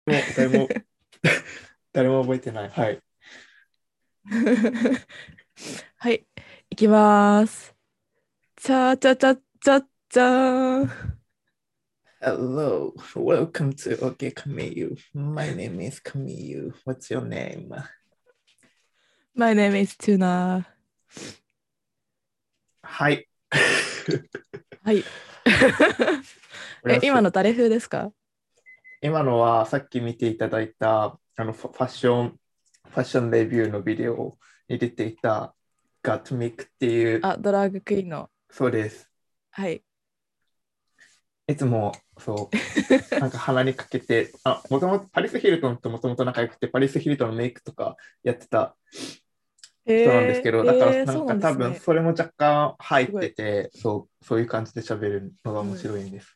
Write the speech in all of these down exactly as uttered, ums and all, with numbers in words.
もう誰も誰も覚えてない。はい。 はい、いきます。チャチャチャチャチャーン。 Hello, welcome to OK Kamiyu. My name is Kamiyu. What's your name? My name is Tuna. はい。 はい。え、 これはす今の誰風ですか？ 今のはさっき見ていただいたあのファファッション、ファッションレビューのビデオに出ていた Gottmik っていう、 あ、ドラァグクイーンの。 そうです。 はい。 いつもそう、なんか鼻にかけて、あ、もともとパリス・ヒルトンともともと仲良くて、パリス・ヒルトンのメイクとかやってた人なんですけえど、 ー、 だからえー、そうななんか多んですね。 分それも若干入っすごい。 てて、そう、そういう感じで喋るのが面うん。 白いんです。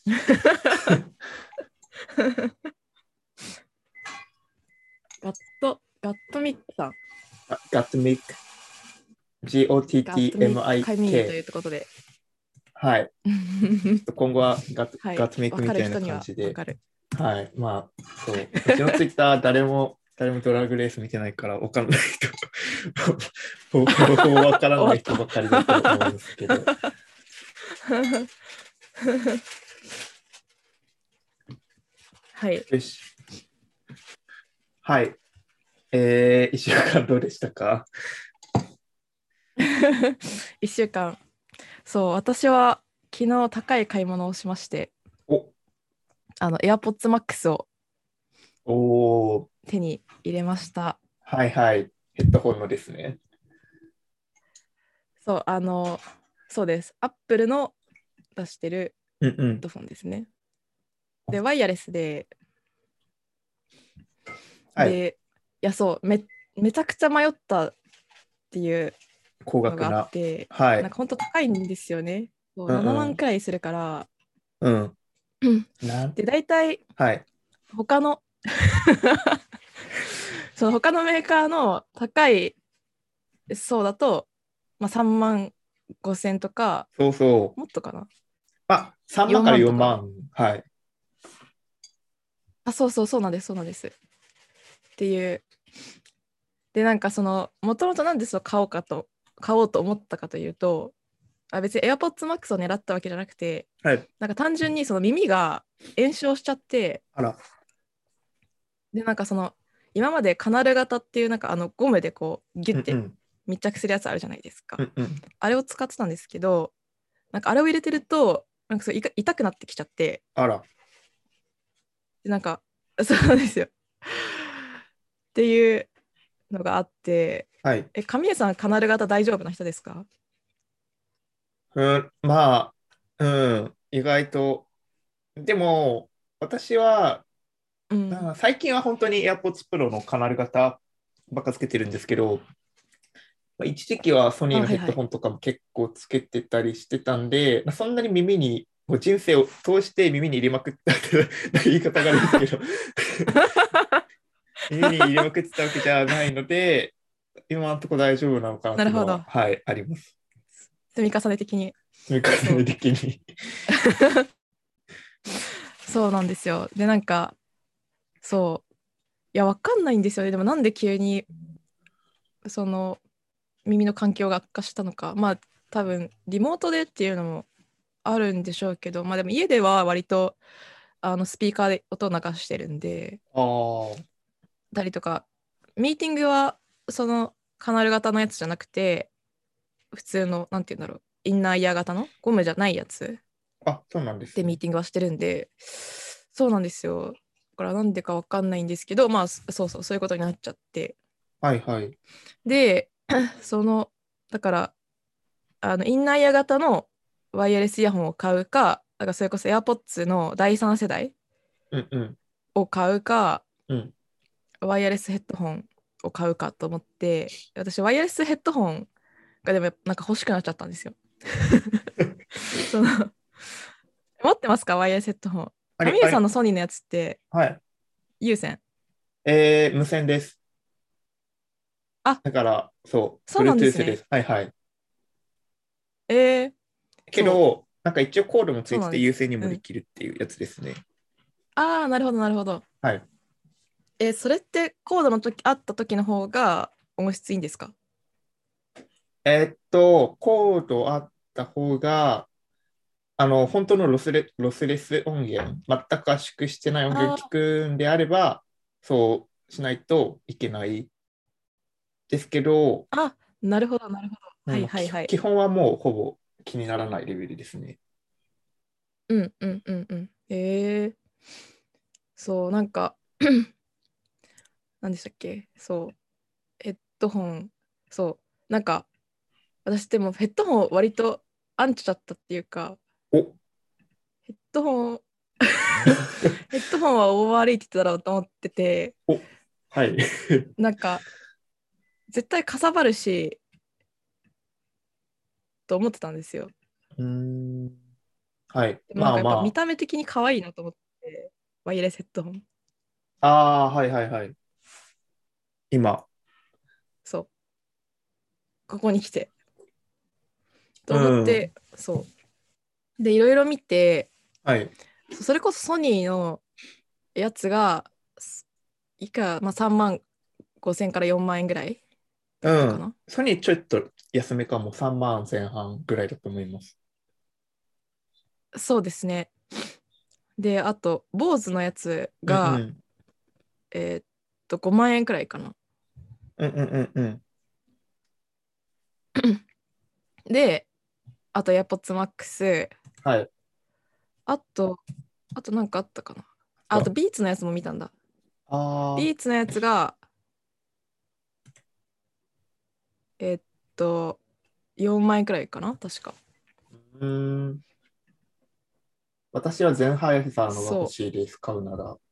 ガット、ガットミックさん。 あ Gottmik、 ガットミックカミーと G-O-T-T-M-I-K。 いうところで。 はい。ちょっと今後はガッ、 はい。 ガッツメイわかるクみたいな人には感じで、 わかる。 はい。まあ、そう。うちのツイッター誰も、誰もドラッグレース見てないからわかんない人、ほぼほぼほぼわからない終わった。 人ばかりだと思うんですけど。 はい。 よし。はい。えー、一週間どうでしたか？ いっしゅうかん。そう、私は昨日高い買い物をしまして、 お、 あの、AirPods Max をおー、 手に入れました。 はいはい。ヘッドホンのですね。 そう、あの、そうです。Apple の出してるうんうん。 ヘッドフォンですね。で、ワイヤレスで、 はい。 で、いや、そう、め、めちゃくちゃ迷ったっていうのがあっ高額な。 て、 はい。 なんか本当高いんですよね。そう、 うんななまんうん。 くらいするから、 うん。 うん。 なん、 で、大体はい。 他のその他のメーカーの高い層だと、まあ、さんまんごせんとか、 そうそう。 もっとかな？ あ、3 よん万から4 万とか。 万。はい。 あ、そうそうそうなんです、そうなんです。っていう。で、なんかその、もともとなんでそう買おうかと、買おうと思ったかというと、あ、別に AirPods Max を狙ったわけじゃなくて、 はい。 なんか単純にその耳が炎症しちゃって、 あら。 で、なんかその、今までカナル型っていうなんかあのゴムでこうギュッてうんうん。 密着するやつあるじゃないですか。 うんうん。 あれを使ってたんですけど、なんかあれを入れてると、なんかそういか痛くなってきちゃって、 あら。 でなんか、そうなんですよ。っていうのがあって、 はい。 え、神谷さん、カナル型大丈夫な人ですか？ うん、まあ、うん。意外と。でも、私は、 うん。 あ最近は本当に AirPods Pro のカナル型ばっかつけてるんですけど、まあ一時期はソニーあ、 のヘッはいはい。 ドホンとかも結構つけてたりしてたんで、まあそんなに耳に、もう人生を通して耳に入れまくったって言い方があれですけど耳に入れまくってたわけじゃないので、今のところ大丈夫なのかなっていうのは、 なるほど。 はい、あります。 積み重ね的に。 積み重ねそう。 的に。 そうなんですよ。で、なんか、そう。いや、わかんないんですよね。でも、なんで急に、その、耳の環境が悪化したのか。まあ、多分、リモートでっていうのもあるんでしょうけど、まあでも家では割と、あの、スピーカーで音を流してるんで、 ああ、 たりとか、ミーティングは、その、カナル型のやつじゃなくて、普通の、なんて言うんだろう、インナーイヤー型のゴムじゃないやつあ、そうなんですでミね。 ーティングはしてるんで、そうなんですよ。だからなんでかわかんないんですけど、まあ、そそうそう、そういうことになっちゃって。 はいはい。 で、その、だから、あの、インナーイヤー型のワイヤレスイヤホンを買うか、だからそれこそ AirPods のだいさん世代うんうん。 を買うか、 うん。 ワイヤレスヘッドホンを買うかと思って、私、ワイヤレスヘッドホンがでもなんか欲しくなっちゃったんですよ。その、持ってますかワイヤレスヘッドホン？ あれ、 神谷さんあれ、 のソニーのやつってはい。 有線？ えー、無線です。 あ、 だから、そう、 そうなんです Bluetooth でね。 す。はいはい。 えー、そう、 けど、なんか一応コードもついててそうなんです。 優先にもでうん。 きるっていうやつですね。 ああ、なるほど、なるほど。 はい。 え、それってコードの時、あった時の方が音質いいんですか？ えーっと、コードあった方が、あの、本当のロスレ、ロスレス音源、全く圧縮してない音源聞あくんであれば、そうしないといけないですけど、 あ、なるほど、なるほど。はいうん、きはいはい。 基本はもうほぼ気にならないレベルですね。 うんうんうんうん。えー、そう、なんか、何でしたっけ？そう、ヘッドホン、そう、なんか、私でもヘッドホン割とアンチだったっていうか、 お、 ヘッドホン、ヘッドホンはオーバーレイティッドだろうと思ってて、 お、はい。 なんか、絶対かさばるし、と思ってたんですよ。 うーん、はい。 でもなんかやっぱ見まあまた目的に可愛いなと思って、ワイヤレスヘッドホン。 あ。ああ、はいはいはい。今。 そう、ここに来て。とう思っん。 て、そう。で、いろいろ見て、 はい。 そそれこそソニーのやつが、すいくら、まあ、さんまんごせんからよんまん円ぐらいだうん。 ったかな。 ソニーちょっと安めかもさんまんぜん半ぐらいだと思います。 そうですね。で、あと、坊主のやつが、 うんうん。 えーっと、ごまん円くらいかな。 うんうんうんうん。 で、あと AirPods Max、 はい。 あと、あとなんかあったかな。あ、あとあビーツのやつも見たんだ。 あビーツのやつが、えーっと、よんまん円くらいかな、確か。 ー、うーん。私はゼンハイザーのが欲そう。 しいです、買うなら。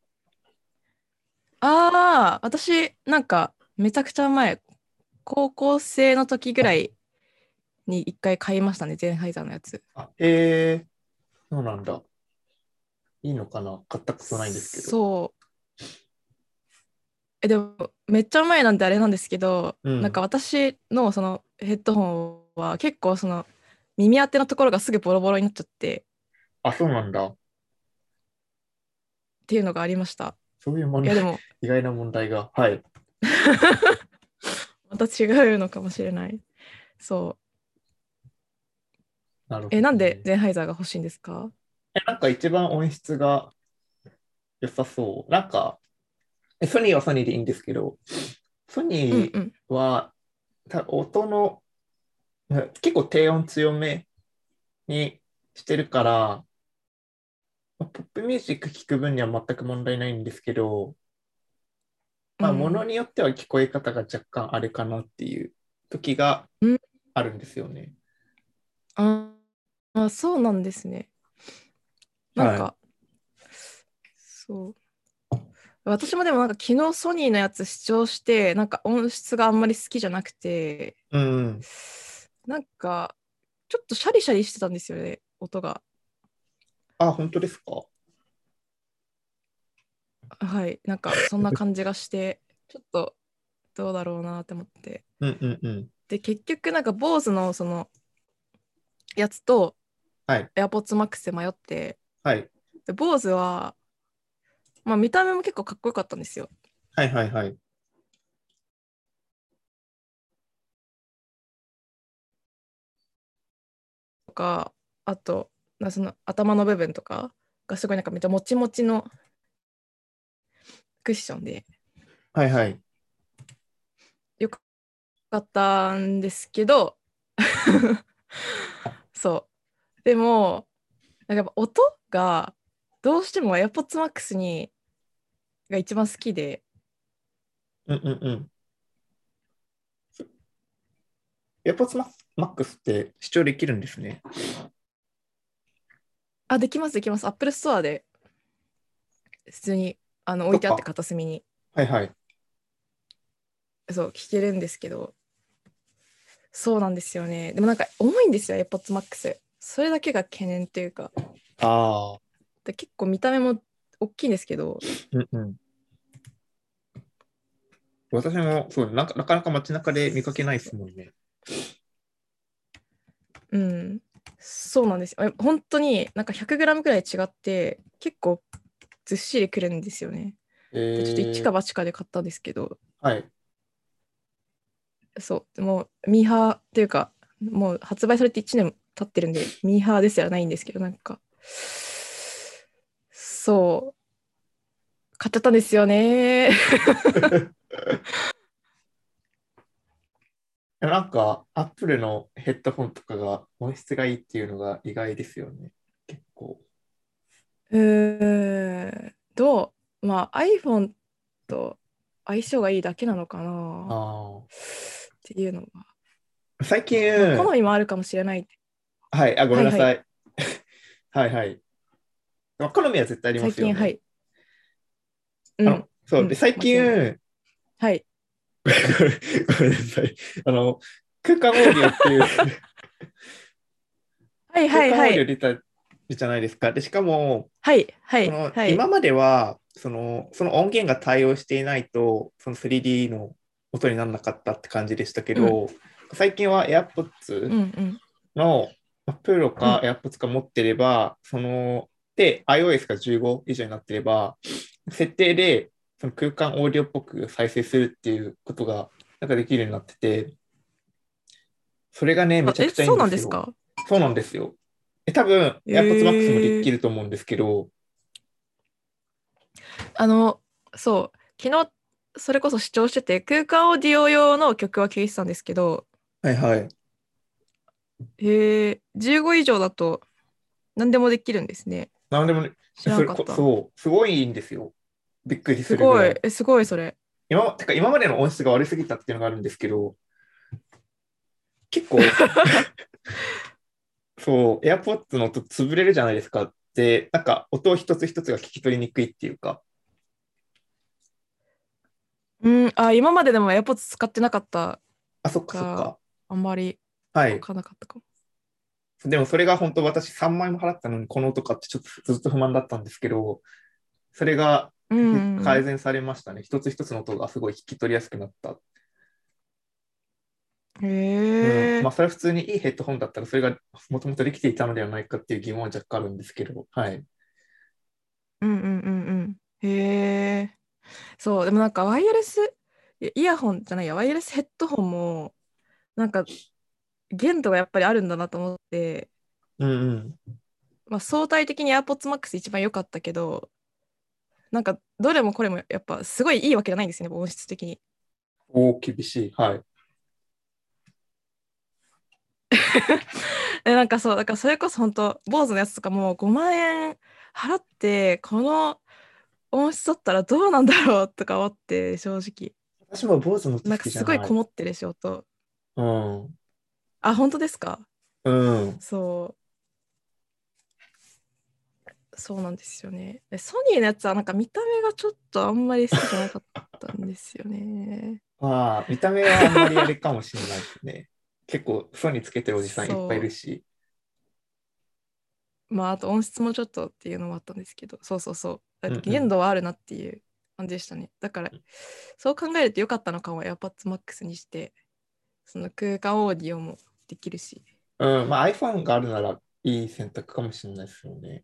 ああ、私、なんか、めちゃくちゃ前、高校生の時ぐらいに一回買いましたね、ゼンハイザーのやつ。 あ、へえ、そうなんだ。いいのかな、買ったことないんですけど。 そう。え、でも、めっちゃ前なんであれなんですけど、なんかうん。 私のそのヘッドホンは結構その耳当てのところがすぐボロボロになっちゃってあ、そうなんだ。 っていうのがありました。 そういう問題、 いやでも、 意外な問題が。はい。 また違うのかもしれない。そう。 なるえ、なんでほどね。 ゼンハイザーが欲しいんですか？ え、なんか一番音質が良さそう。なんか、えソニーはソニーでいいんですけど、ソニうんうん。 ーはた音の結構低音強めにしてるから、まあポップミュージック聴く分には全く問題ないんですけど、まあ、ものうん。 によっては聞こえ方が若干あれかなっていう時がうん。 あるんですよね。 ああ、そうなんですね。なんはい。 か、そう。私もでもなんか昨日ソニーのやつ視聴して、なんか音質があんまり好きじゃなくて、 うん。 なんかちょっとシャリシャリしてたんですよね、音が。 あ、本当ですか？ はい、なんかそんな感じがして、ちょっとどうだろうなって思って。 うんうんうん。 で、結局なんか BOSE のそのやつとはい。 AirPods Max で迷って、 はい。 で、BOSE は、まあ見た目も結構かっこよかったんですよ。 はいはいはい。 とか、あと、なその頭の部分とかがすごいなんかめっちゃもちもちのクッションではいはい。 よかったんですけど、そう。でも、なんかやっぱ音がどうしても AirPods Max にが一番好きで、 うんうんうん。AirPods Max って視聴できるんですね。 あ、できますできます。Apple Store で普通にあの置いてあってそっか。 片隅にはいはい。 そう聞けるんですけど、そうなんですよね。でもなんか重いんですよ、AirPods Max。それだけが懸念というか、 ああ。 で結構見た目も大きいんですけど、 うんうん。私も、そう、なんか、なかなか街中で見かけないですもんね。 うん、そうなんですよ。え本当になんかひゃくグラムくらい違って結構ずっしりくるんですよね。 で、ちょっと一えー、 か八かで買ったんですけど、 はい。 そう、でもミーハーっていうか、もう発売されていちねん経ってるんで、ミーハーですらないんですけど、なんか、そう、買っちゃったんですよね。 なんか、アップルのヘッドホンとかが音質がいいっていうのが意外ですよね。結構。 うーん、どう、まあ iPhone と相性がいいだけなのかなあっていうのは、 あ。最まあ好近、 みもあるかもしれない。 はい、あ、ごはいはい。 めんなさい。はいはい。まあ、好みは絶対ありま最近、はすよね。 い。うあの、 ん、 そう。で、 うん、 最近、 間違いない。はい。 ごめんなさい。あの、空間オーディオっていうはい空間オーディオはいはい。 出たじゃないですか。で、しかも、 はいはいその、 はい。 今までは、その、その音源が対応していないと、その スリーディー の音にならなかったって感じでしたけうん、 ど、最近はう AirPods ん、うん、 の、まあプロかうん。 AirPods か持ってれば、その、で、iOS がじゅうご以上になってれば、設定でその空間オーディオっぽく再生するっていうことがなんかできるようになってて、それがね、めあ、え、 ちゃくちゃいいそうんですよ。 なんですか？ そうなんですよ。え、多分、AirPods Max もでえー、 きると思うんですけど、 あの、そう、昨日、それこそ視聴してて、空間オーディオ用の曲は聴いてたんですけど、 はいはい。 えー、じゅうご以上だと何でもできるんですね。 なんでもね、 知らそれ、こなかった。 そう、すごいいいんですよ。びっくりすごい、 するぐらい。 え、すごいそれ。 今、てか今までの音質が悪すぎたっていうのがあるんですけど、結構、そう、AirPods の音潰れるじゃないですか。で、なんか音一つ一つが聞き取りにくいっていうか。 うん、あ、今まででも AirPods 使ってなかったあ、そっかから、 そっか。 あんまりはい。 分からなかったかも。 でもそれが本当私さんまん円も払ったのにこの音かってちょっとずっと不満だったんですけど、それがうん。 改善されましたね。一つ一つの音がすごい聞き取りやすくなった。 へうん。まあ、 え。 それは普通にいいヘッドホンだったら、それがもともとできていたのではないかっていう疑問は若干あるんですけど、はい。 うんうんうんうん。へえ。そう、でもなんかワイヤレス、いイヤホンじゃないや、ワイヤレスヘッドホンも、なんか限度がやっぱりあるんだなと思って、 うんうん。 まあ、相対的に AirPods Max 一番良かったけど、なんかどれもこれもやっぱすごいいいわけじゃないんですよね、音質的に。 おー、厳しい。はい。 で、なんかそう、だからそれこそ本当、坊主のやつとかもごまん円払って、この音質だったらどうなんだろうとか思って、正直。 私も坊主の音好なんかすごいきじゃない。 こもってるし、音。 うん。 あ、本当ですか？ うん。 そう、そうなんですよね。でソニーのやつはなんか見た目がちょっとあんまり好きじゃなかったんですよね。 まあ、見た目はあんまりあれかもしれないですね。結構、ソにつけてるおじさんいっぱいいそるし。 う。まあ、あと音質もちょっとっていうのもあったんですけど、そうそうそう。だって限うんうん。 度はあるなっていう感じでしたね。だから、そう考えるとよかったのかも、AirPods Max にして、その空間オーディオもできるし。 うん。まあ、iPhone があるならいい選択かもしれないですよね。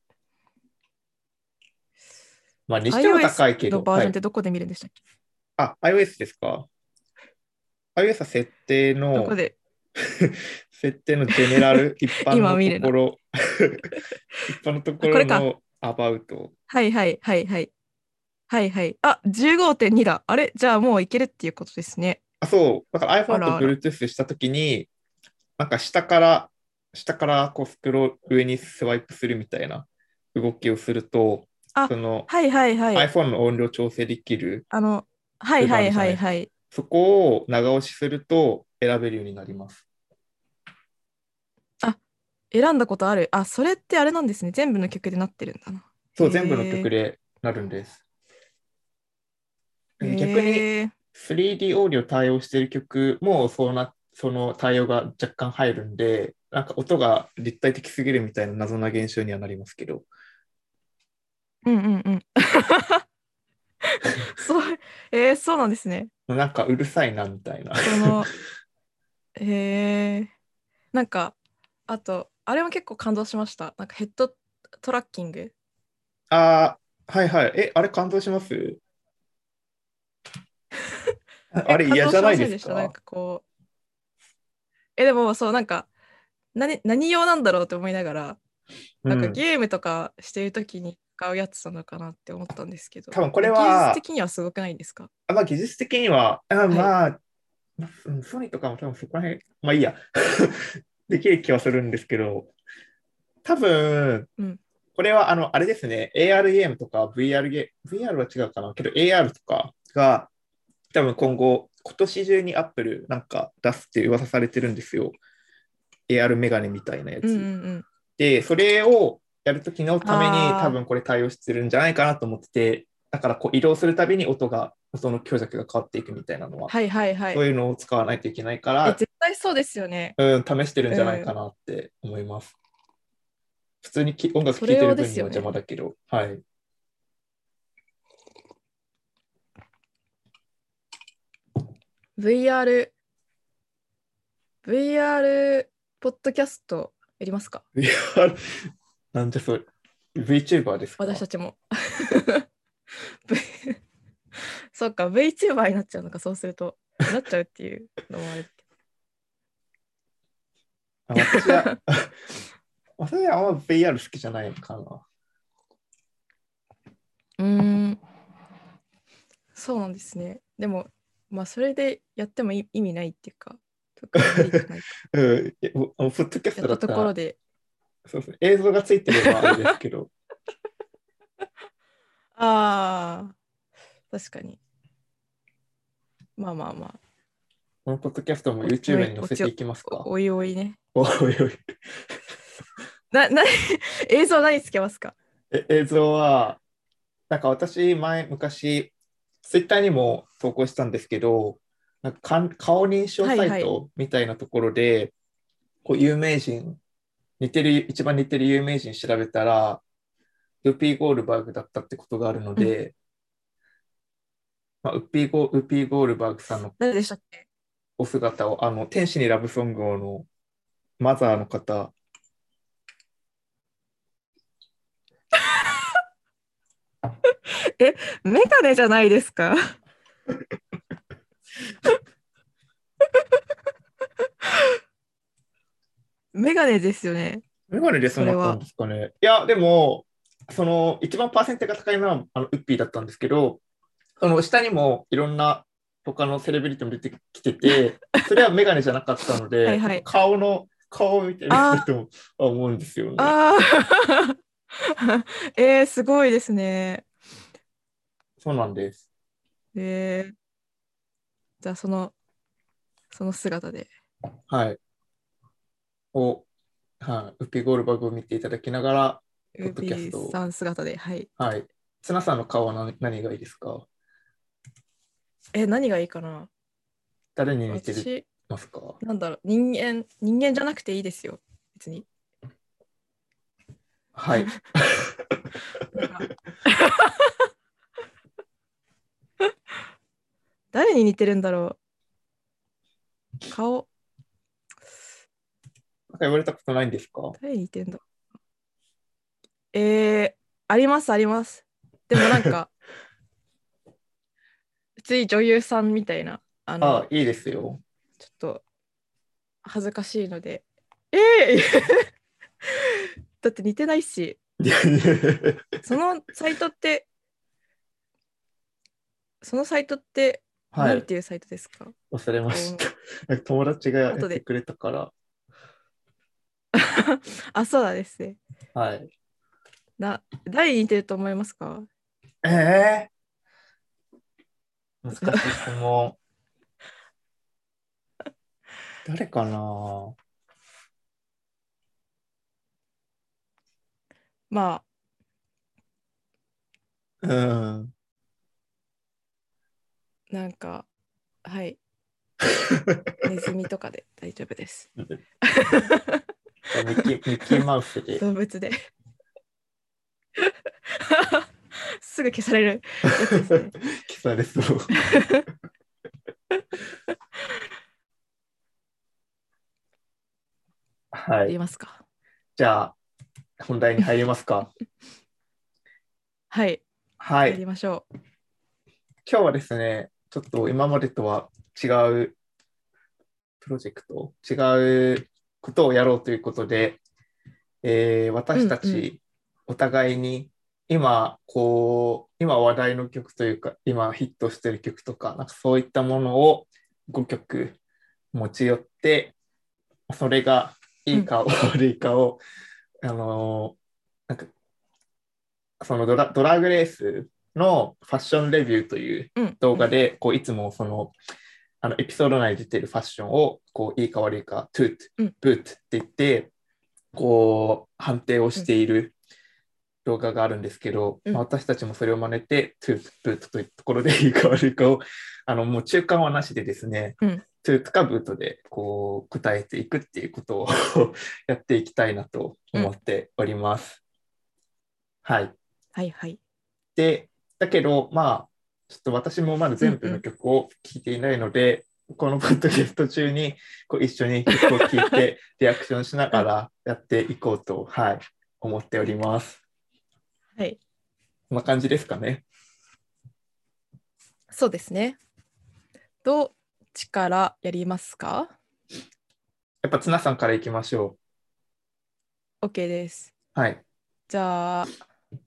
まあ、にしても iOS 高いけど、 のバーはい。 ジョンってどこで見るんでしたっけ？ あ、iOS ですか？ iOS は設定の、 どこで設定のジェネラル、一般の今見るな。 ところ、一般のとこあ、これか。 ろのアバウト。 はいはいはいはい。はいはい。あ、じゅうごてんにだ。あれじゃあもういけるっていうことですね。 あ、そう。だからあ iPhone とらあら。 Bluetooth したときに、なんか下から、下からこうスクロール上にスワイプするみたいな動きをすると、 あ、 そのはいはいはい。 iPhone の音量調整できるあの、はい部分あるはいじゃないですか。 はいはい。 そこを長押しすると選べるようになります。 あ、選んだことある。あ、それってあれなんですね。全部の曲でなってるんだな。 そう、全部の曲へえ。 でなるんです。 へで逆にえ。 スリーディー オーディオ対応している曲もそうな、その対応が若干入るんで、なんか音が立体的すぎるみたいな謎な現象にはなりますけど、 うんうんうん。そう、えー、そうなんですね。 なんかうるさいなみたいな。 その、へえ。なんか、あと、あれも結構感動しました。なんかヘッドトラッキング。 ああ、はいはい。え、あれ感動します？ え、 あれ感動し嫌じゃないでませんでした？なんすか？ かこう、え、でもそう、なんか、何、何用なんだろうって思いながら、なんかうん。 ゲームとかしてるときに使うやつなのかなって思ったんですけど、 多分これえ、技術は、 的にはすごくないですか？ あまあ、技術的には、あはい。 まあ、まあうんソニーとかも多分そこら辺、まあいいや。できる気はするんですけど、多分、 うん。 これはあの、あれですね、エーアール ゲームとか ブイアール ゲーム、ブイアール は違うかなけど、エーアール とかが多分今後、今年中に Apple なんか出すって噂されてるんですよ。エーアール メガネみたいなやうんうつ。 んうん。 で、それをやるときのために多あ分これ対応してるんじゃないかなと思ってて、だからこう移動するたびに音が、音の強弱が変わっていくみたいなのあ、 は、 はいはいはい。 そういうのを使わないといけないかえ、 ら、 絶対そうですよね。 うん、試してるんじゃないかうん。 なって思います。普通にき音楽聴いてるそれ用で分には邪魔すよね。 だけど、はい。 ブイアール、ブイアール ポッドキャストやりますか？ ブイアール なんでそれ、VTuber ですか？ 私たちも。V そうか、VTuber になっちゃうのか、そうすると。なっちゃうっていうのもあれだけあ私は、私はあんま ブイアール 好きじゃないかな。 ど。うーん、そうなんですね。でも、まあ、それでやっても意味ないっていうか、特にメリットないか。 うん、いやもうあのポッドキャスやったとトだったら、 ころで、 そうですね、映像がついてればあれですけど、 ああ、確かに。まあまあまあ、 このポッドキャストもお、お YouTube い、おちお、 に載せていきますか？ おいおいね。 おいおい。 な、な、映像何つけますか？ え映像は、なんか私、前、昔、ツイッターにも投稿したんですけど、なんかかん顔認証サイはいはい。 トみたいなところで、こう有名人、似てる、一番似てる有名人調べたら、ウッピー・ゴールバーグだったってことがあるのうん。 で、まあ、ウッピーゴ、ウッピー・ゴールバーグさんの誰でしたっけ？ お姿を、あの、天使にラブソングをのマザーの方、 え、メガネじゃないですか？メガネですよね、 メガネでそうなったんそれは。 ですかね。いや、でも、その、一番パーセンテが高いのは、あの、ウッピーだったんですけど、その下にもいろんな他のセレブリティも出てきてて、それはメガネじゃなかったので、やっぱはいはい。 顔の、顔を見てメガネあとも思うんですよね。 あ、ああ。えー、すごいですね。 そうなんです。 えー、じゃあその、その姿で。 はい。を、はい、ウッピーゴールバーグを見ていただきながら、ポッドキャスウービートを、 さん姿で。はい。 はい。ツナさんの顔は何、何がいいですか？ え、何がいいかな？ 誰に似てる私、 ますか？ なんだろう、人間、人間じゃなくていいですよ。別に。 はい。 なんか、誰に似てるんだろう。顔、 なんか言われたことないんですか？ 誰に似てんだ？えー、あります、あります。でもなんか、普通に女優さんみたいな、ああ、 の、 いいですよ。 ちょっと恥ずかしいので。えー、だって似てないし、そのサイトって、そのサイトって、 はい。 なんていうサイトですか？ 忘れました。 顔の。 なんか友達がやっ後で。 てくれたから。 あ、そうだですね。 はい。 な、誰に似てると思いますか？ ええー、難しい質問。誰かな？ まあ、 うん。 なんか、はい、ネズミとかで大丈夫です。 じゃあミッキー、ミッキーマウスで。 動物で。すぐ消されるやつですね。 消されそう。は言いい。 ますか。 じゃあ、本題に入りますか。 はい、 はい。 入りましょう。 今日はですね、 ちょっと今までとは違うプロジェクト、違うことをやろうということで、えー私たうんうんちお互いに今、こう、今話題の曲というか、今ヒットしてる曲とか、なんかそういったものをごきょく持ち寄って、それがいいうんか悪いかを、あのーなんかそのドラ、ドラッグレースのファッションレビューといううんうん動画で、こういつもその、あのエピソード内に出てるファッションを、こういいか悪いか、トゥート、 うんブートって言って、こう判定をしている動画があるんですけど、まあ、 うん私たちもそれを真似て、トゥート、ブートというところでいいか悪いかを、あのもう中間はなしでですね、 うんトゥートかブートでこう答えていくっていうことをやっていきたいなと思うんっております。はい。 はいはいで、だけど、まあ、ちょっと私もまだ全部のうんうん曲を聴いていないので、このポッドキャスト中にこう一緒に曲を聴いてリアクションしながうんらやっていこうと、はい、思っております。 はいこんな感じですかね。 そうですね。どっちからやりますか？ やっぱ綱さんからいきましょ OK です。 う。はい。 じゃあ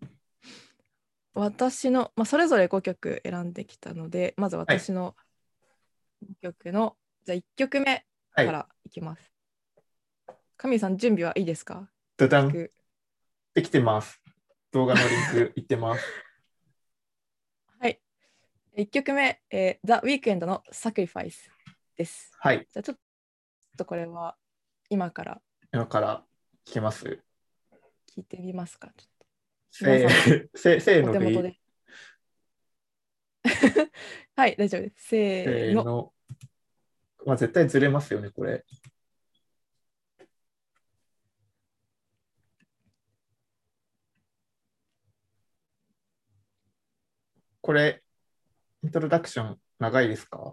私の、まあ、それぞれごきょく選んできたので、まずはい。 私のごきょくの、じゃあいっきょくめはい。 からいきます。神さん、準備はいいですか？ ドダン。 聞く。 できてます。動画のリンクいってます。 はい。いっきょくめ、えー、ザ・ウィークエンドのサクリファイスです。 はい。 じゃあちょっとこれは今から今から聞きます。 聞いてみますか？ちょっと皆せさんのー、せせーおのでいい？ 手元で。はい、大丈夫です。せーの。 せーの。まあ、絶対ずれますよね、これ。これ、イントロダクション長いですか？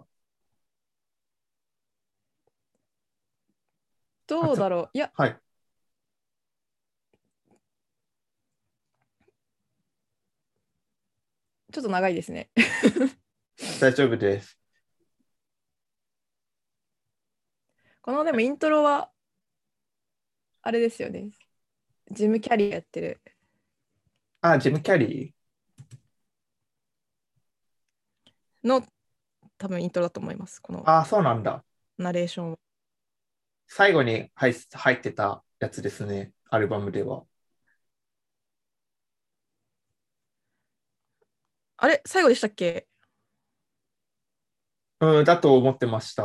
あ、ちょ、 どうだろう。いや、 はい。 ちょっと長いですね。 大丈夫です。 このでもイントロはあれですよね。ジム・キャリーやってるあ、ジム・キャリー。 の多分イントロだと思います。このあ、そうなんだ。 ナレーションは。 最後に入入ってたやつですね、アルバムでは。 あれ最後でしたっけ？ うん、だと思ってました。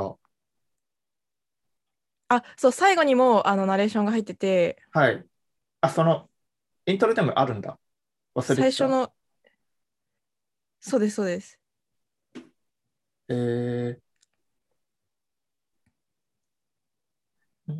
あ、そう、最後にもあのナレーションが入ってて、 はい。あ、その、イントロでもあるんだ。忘れてた。 最初の、そうです、そうです。 えー、うん、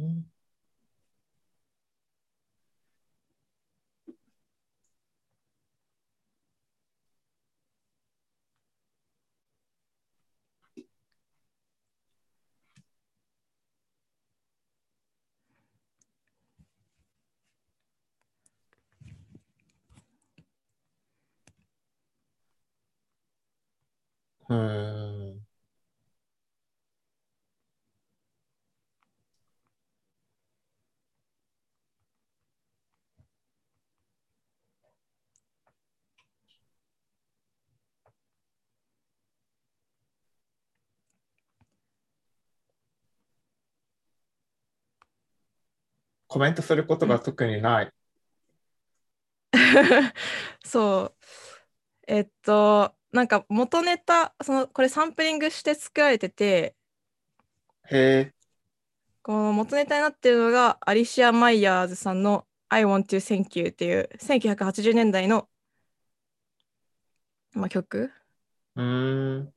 うん。コメントすることがうん。 特にない。 そう。えっと、なんか元ネタ、その、これサンプリングして作られてて、 へえ、 この元ネタになってるのがアリシア・マイヤーズさんの I Want to Thank You っていうせんきゅうひゃくはちじゅうねんだいの、まあ、曲うーん。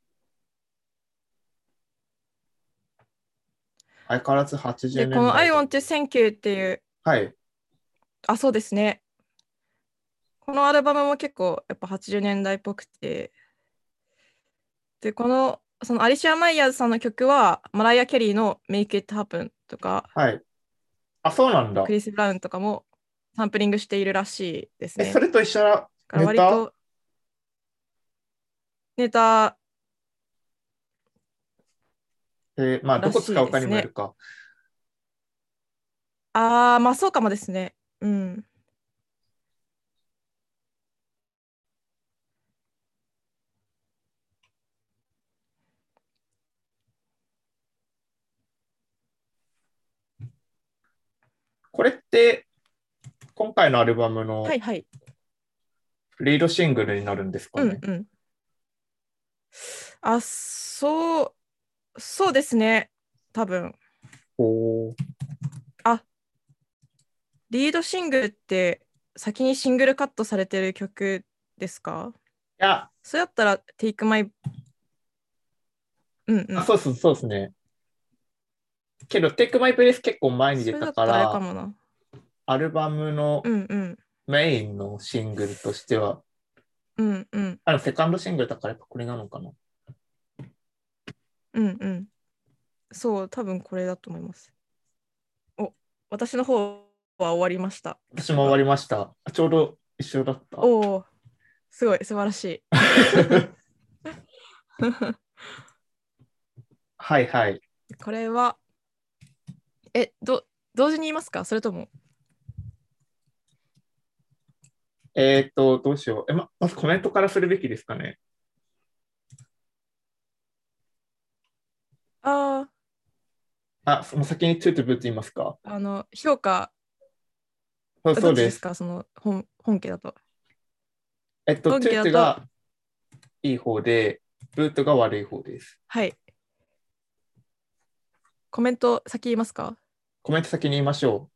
相変わらず80 で、この年 I 代だ。 Want to Thank You っていう、 はい。 あ、そうですね。このアルバムも結構やっぱはちじゅうねんだいっぽくて、で、この、そのアリシア・マイヤーズさんの曲は、マライア・キャリーの Make It Happen とか、 はい。あ、そうなんだ。 クリス・ブラウンとかもサンプリングしているらしいですえ、そね。 れと一緒なだからネタ？ 割とネタえーまあ、どらこ使うかしいですね。 にもよるか。 ああ、まあそうかもですね。うん。 これって、今回のアルバムのはいはい。 リードシングルになるんですかね。 うんうん。あ、そう、そうですね。多分。 おー。いあ、リードシングルって先にシングルカットされてる曲ですか？ や、 そうやったら Take My うんうあ、 ん。 そうそうそうですね。けど、Take My Breath 結構前に出たそれだったらあれかから、 もな。 アルバムのうんうんメインのシングルとしては、 うんうんあの、セカンドシングルだからやっぱこれなのかな。 うんうん。そう、多分これだと思います。お、私の方は終わりました。 私も終わ曲が。 りました。あ、ちょうど一緒だった。 おお、すごい、素晴らしい。 はいはい。 これは、え、ど、同時に言いますか？それとも。 えーっと、どうしよう。え、ま、まずコメントからするべきですかね。 ああ、その先にトゥートゥブーツ言いますか。 あ、あの、評価、 そうどそうです。 っちですか？その本、本家だと。 えっと、 本トゥー家だと、 トゥがいい方で、ブートが悪い方です。 はい。コメント先言いますか？ コメント先に言いましょ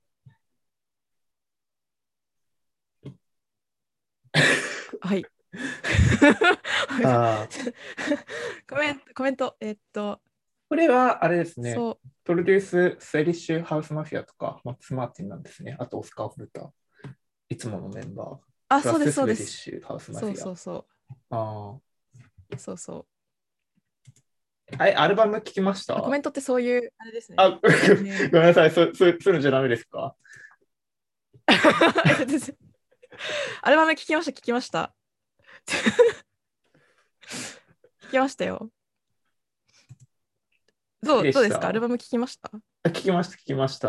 はい。 う。あー、 コメント、コメント、えっと、 これはあれですね。 そう、 プロデュース、スエリッシュハウスマフィアとか、マックス・マーティンなんですね。あと、オスカー・フルター。いつものメンバー。 あ、そうです、 プラススウェそうです。 ディッシュハウスマそうフィア。 そうそあう、そうそあ。はい、アルバム聞きましう。あ、コた？ メントってそういう、あれですね。 あ、 ね。 ごめんなさい。そ、そ、そういうのじゃダメですか？ 全然アルバム聞きました、聞きました。聞きましたよ。 好きどう、 でした？ どうですか？アルバム聞きました？ あ、聞きました、聞きました。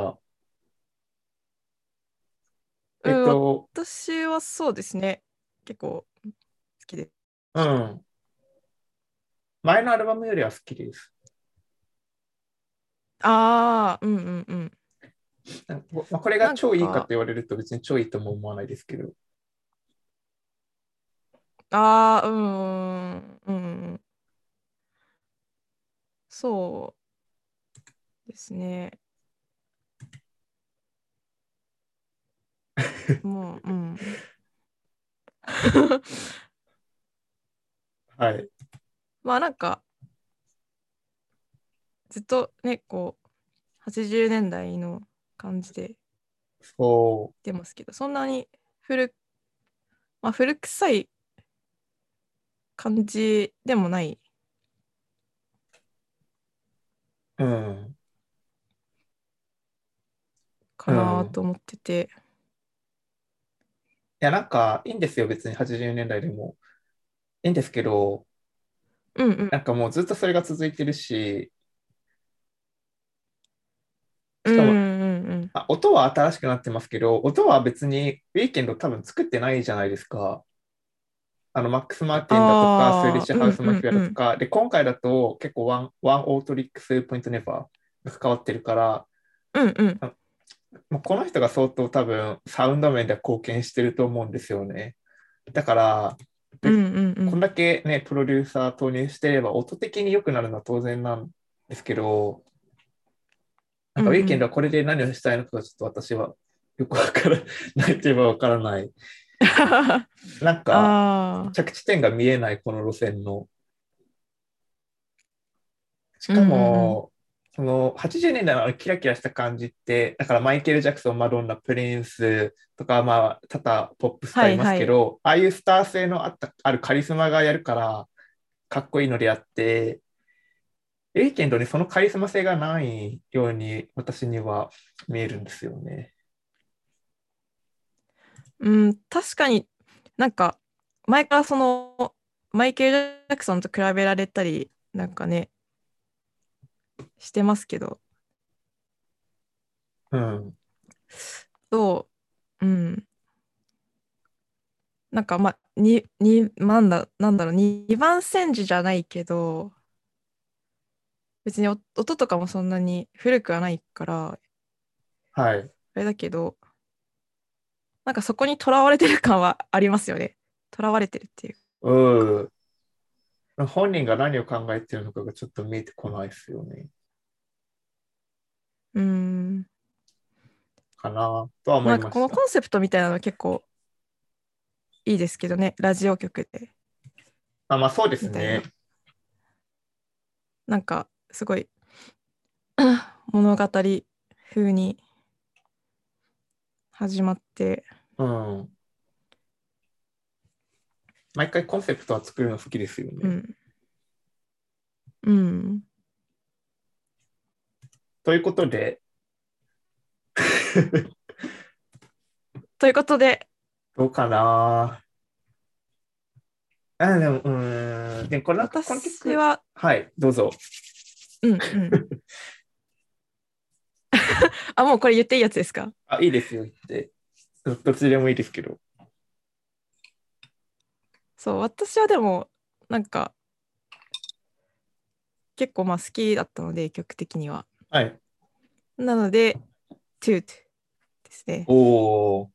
えっうん、 と、 私はそうですね。結構好きでした。 うん。前のアルバムよりは好きです。 ああ、うんうんうん。 なんかまあ、これがなん超いいかってか、 言われると別に超いいとも思わないですけど。 ああ、うん、うんうん。そうですね。もう、うん。 はい。 まあなんか、ずっとね、こう、はちじゅうねんだいの感じでそ出ますけど、そんなに古、まあ、古臭い感じでもないう。うん。 かうん。 なと思ってて。 いや、なんかいいんですよ。別にはちじゅうねんだいでも。いいんですけど、 うんうん。 なんかもうずっとそれが続いてるし、 うんしかも、 うんうん。 あ、音は新しくなってますけど、音は別にウィーケンド多分作ってないじゃないですか。あの、マックス・マーティンだとか、スウェディッああ、 シュ・うんハウス・マフィアうんうん。 だとか、で、今回だと結構ワン、ワン・オートリックス・ポイント・ネバーが関わってるから、 うんうん。 あまあこの人が相当多分サウンド面では貢献してると思うんですよね。だから、 うんで、 うんうん。 こんだけね、プロデューサー投入してれば音的に良くなるのは当然なんですけど、なんかウィーケンドうんうん。 はこれで何をしたいのかちょっと私はよくわからないといえばわからない。なんかああ、 着地点が見えないこの路線の。しうんかうんうん。 も、そのはちじゅうねんだいのあのキラキラした感じって、だからマイケル・ジャクソン、マドンナ、プリンスとか、まあ、多々ポップスターいますはいはい。 けど、ああいうスター性のあった、あるカリスマがやるからかっこいいのであって、エーケンドにそのカリスマ性がないように私には見えるんですよね。 うん、確かになんか、前からその、マイケル・ジャクソンと比べられたり、なんかね、 してますけど、 うん。 そう、うん。なんかまあ、に、に、なんだ、なんだろう、にばん煎じじゃないけど、別にお音とかもそんなに古くはないから、あはい。 れだけど、なんかそこにとらわれてる感はありますよね。とらわれてるっていううか。 ん。本人が何を考えてるのかがちょっと見えてこないですよね。 うーん。 かなとは思なんかいました。 このコンセプトみたいなの結構いいですけどね。ラジオ局で、 あ、まあそうですね。 みたいな。なんか、すごい物語風に始まって、 うん。毎回コンセプトは作るの好きですよね。 うん。うん。 ということで、 ということで、 どうかな。あ、でも、うーん。でも、これなんか、この曲、 私は、 はい、どうぞ。 うんうん。あ、もうこれ言っていいやつですか？ あ、いいですよ、言って。どどっちでもいいですけど。 そう、私はでも、なんか、結構まあ好きだったので、曲的には。 はい。 なので、トゥートですね。 おー、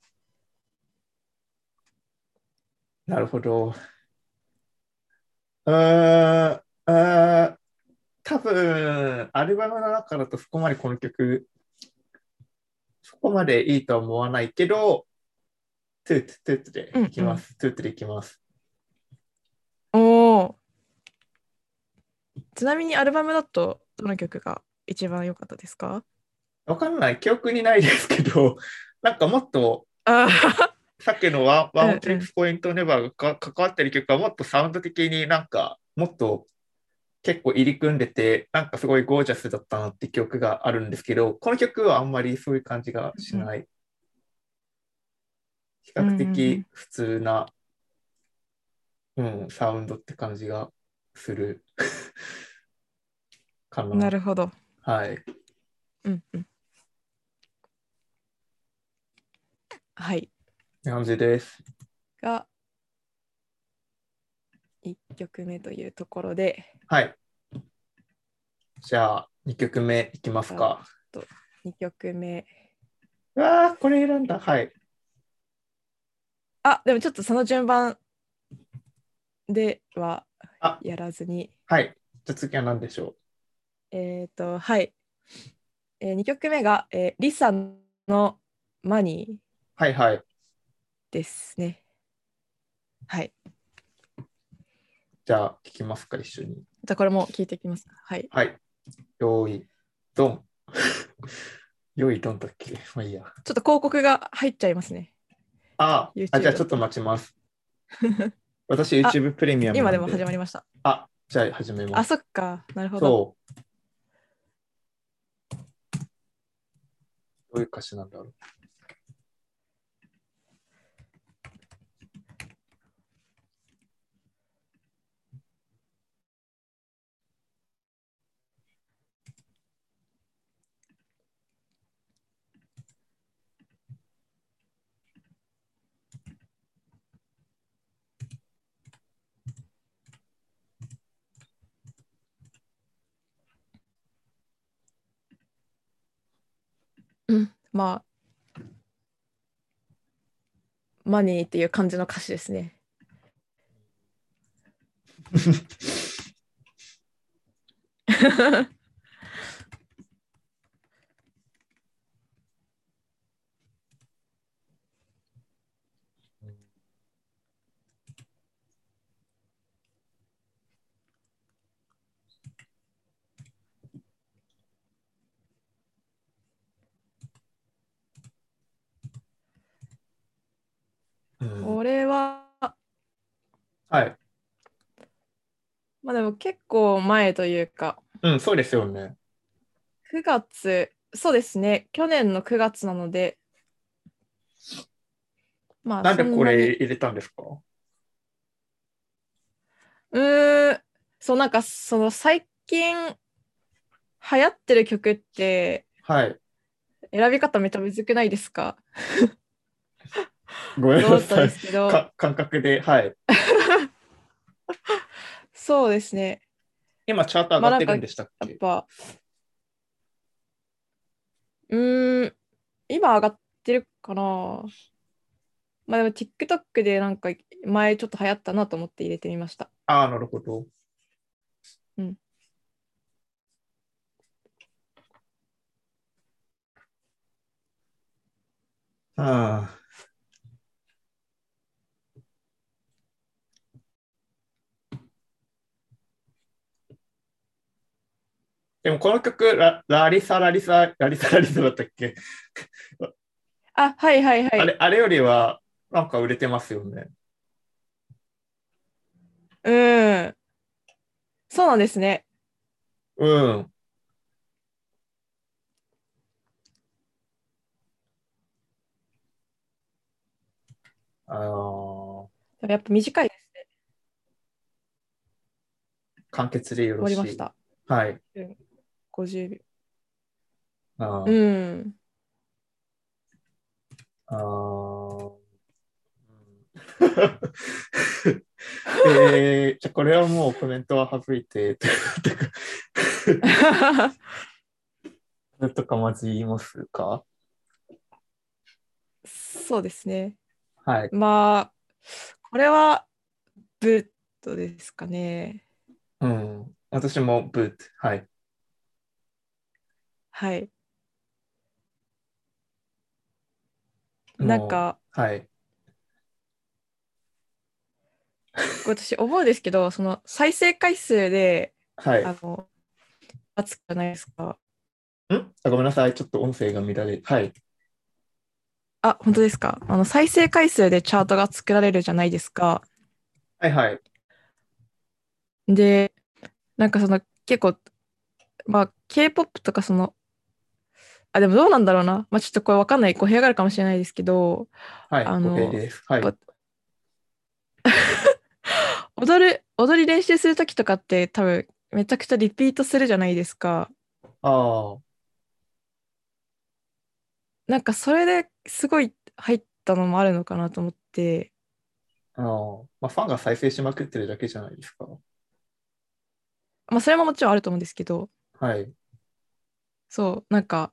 なるほど。うーん、うーん、多分、アルバムの中だとそこまでこの曲、そこまでいいとは思わないけど、トゥート、トゥートでうんうん。 いきます。トゥートでいきます。 おー。ちなみにアルバムだと、どの曲が一番良かったですか？ わかんない。記憶にないですけど、なんかもっと、 ああさっきのワン、ワンオトリッー、うんプポイントネバーがか関わってる曲はもっとサウンド的になんか、もっと結構入り組んでて、なんかすごいゴージャスだったなって記憶があるんですけど、この曲はあんまりそういう感じがしうん。 ない。比較うんうんうん的普通な、うん、サウンドって感じがするかうん。なな。 るほど。 はい。っうんうん。はい。 て感じです。 が、いっきょくめというところで、 はい。じゃあ、にきょくめいきますあか。 とにきょくめ。 うわー、これ選んだ。はい。 あ、でもちょっとその順番ではあ、 やらずに、 はい。じゃあ次は何でしょう。 えっと、はい。えー、にきょくめが、えーリサのマニーはいはい。 ですね。はい。 じゃあ、聞きますか、一緒に。 じゃあこれも聞いていきます。はい。 はい。よーい、ドン。よい、ドンだっけ。まあいいや。 ちょっと広告が入っちゃいますね。 あ、あ、じゃ YouTube あちょっとだと。 待ちます。私、 あ、 YouTube プレミアム今でもなんで。 始まりました。 あ、じゃあ始めまあ、そす。 っか。なるほど。 そう。どういう歌詞なんだろう。 うん。まあ、マニーっていう感じの歌詞ですね。 うん、 これは、 はい。 まあでも結構前というか、 うん、そうですよね。 くがつ、そうですね。去年のくがつなので、まあそなんでこんなに、 れ入れたんですか？ うーん、そうなんかその最近、 流行ってる曲ってはい。 選び方めちゃむずくないですか？ ごめんと思ったんでなさい。 すけど、 か、感覚で、はい。 そうですね。 今、チャート上まあなんか、やがってるんでしたっけ？ っぱ、うーん、今上がってるかな。まあでも TikTok でなんか前ちょっと流行ったなと思って入れてみました。 ああー、なるほど。 うん。 ああ。でも、この曲、ラ、ラリサラリサ、ラリサラリサだったっけ？ あ、はいはいはい。 あれ、あれよりは、なんか売れてますよね。 うーん。そうなんですね。 うん。あのでもやっぱ短いですね。 ー簡潔でよろしい。 終わりました。 はい。 うん、ごじゅうびょう。 あーうん。 あー。えー、じゃあこれはもうコメントは省いて、とかとかまず言いますか？ そうですね。 はい。 まあ、これはブッドですかね。 うん。私もブート。はい。 はい。なんもか、 う、はい。 これ私思うんですけど、その再生回数で、 はい。 あの、熱くないですか？ んあ、ごめんなさい。ちょっと音声が乱れ。はい。 あ、本当ですか？あの、再生回数でチャートが作られるじゃないですか。 はいはい。 で、なんかその結構、まあ、K-ケーポップ とかその、あ、でもどうなんだろうな。まあ、ちょっとこれわかんない。語弊があるかもしれないですけど、 はい。語弊あの、 です。はい。 こう踊る、踊り練習するときとかって多分めちゃくちゃリピートするじゃないですか。 ああ。 なんかそれですごい入ったのもあるのかなと思って、 ああ。まあ、ファンが再生しまくってるだけじゃないですか。 まあそれももちろんあると思うんですけど、 はい。 そう、なんか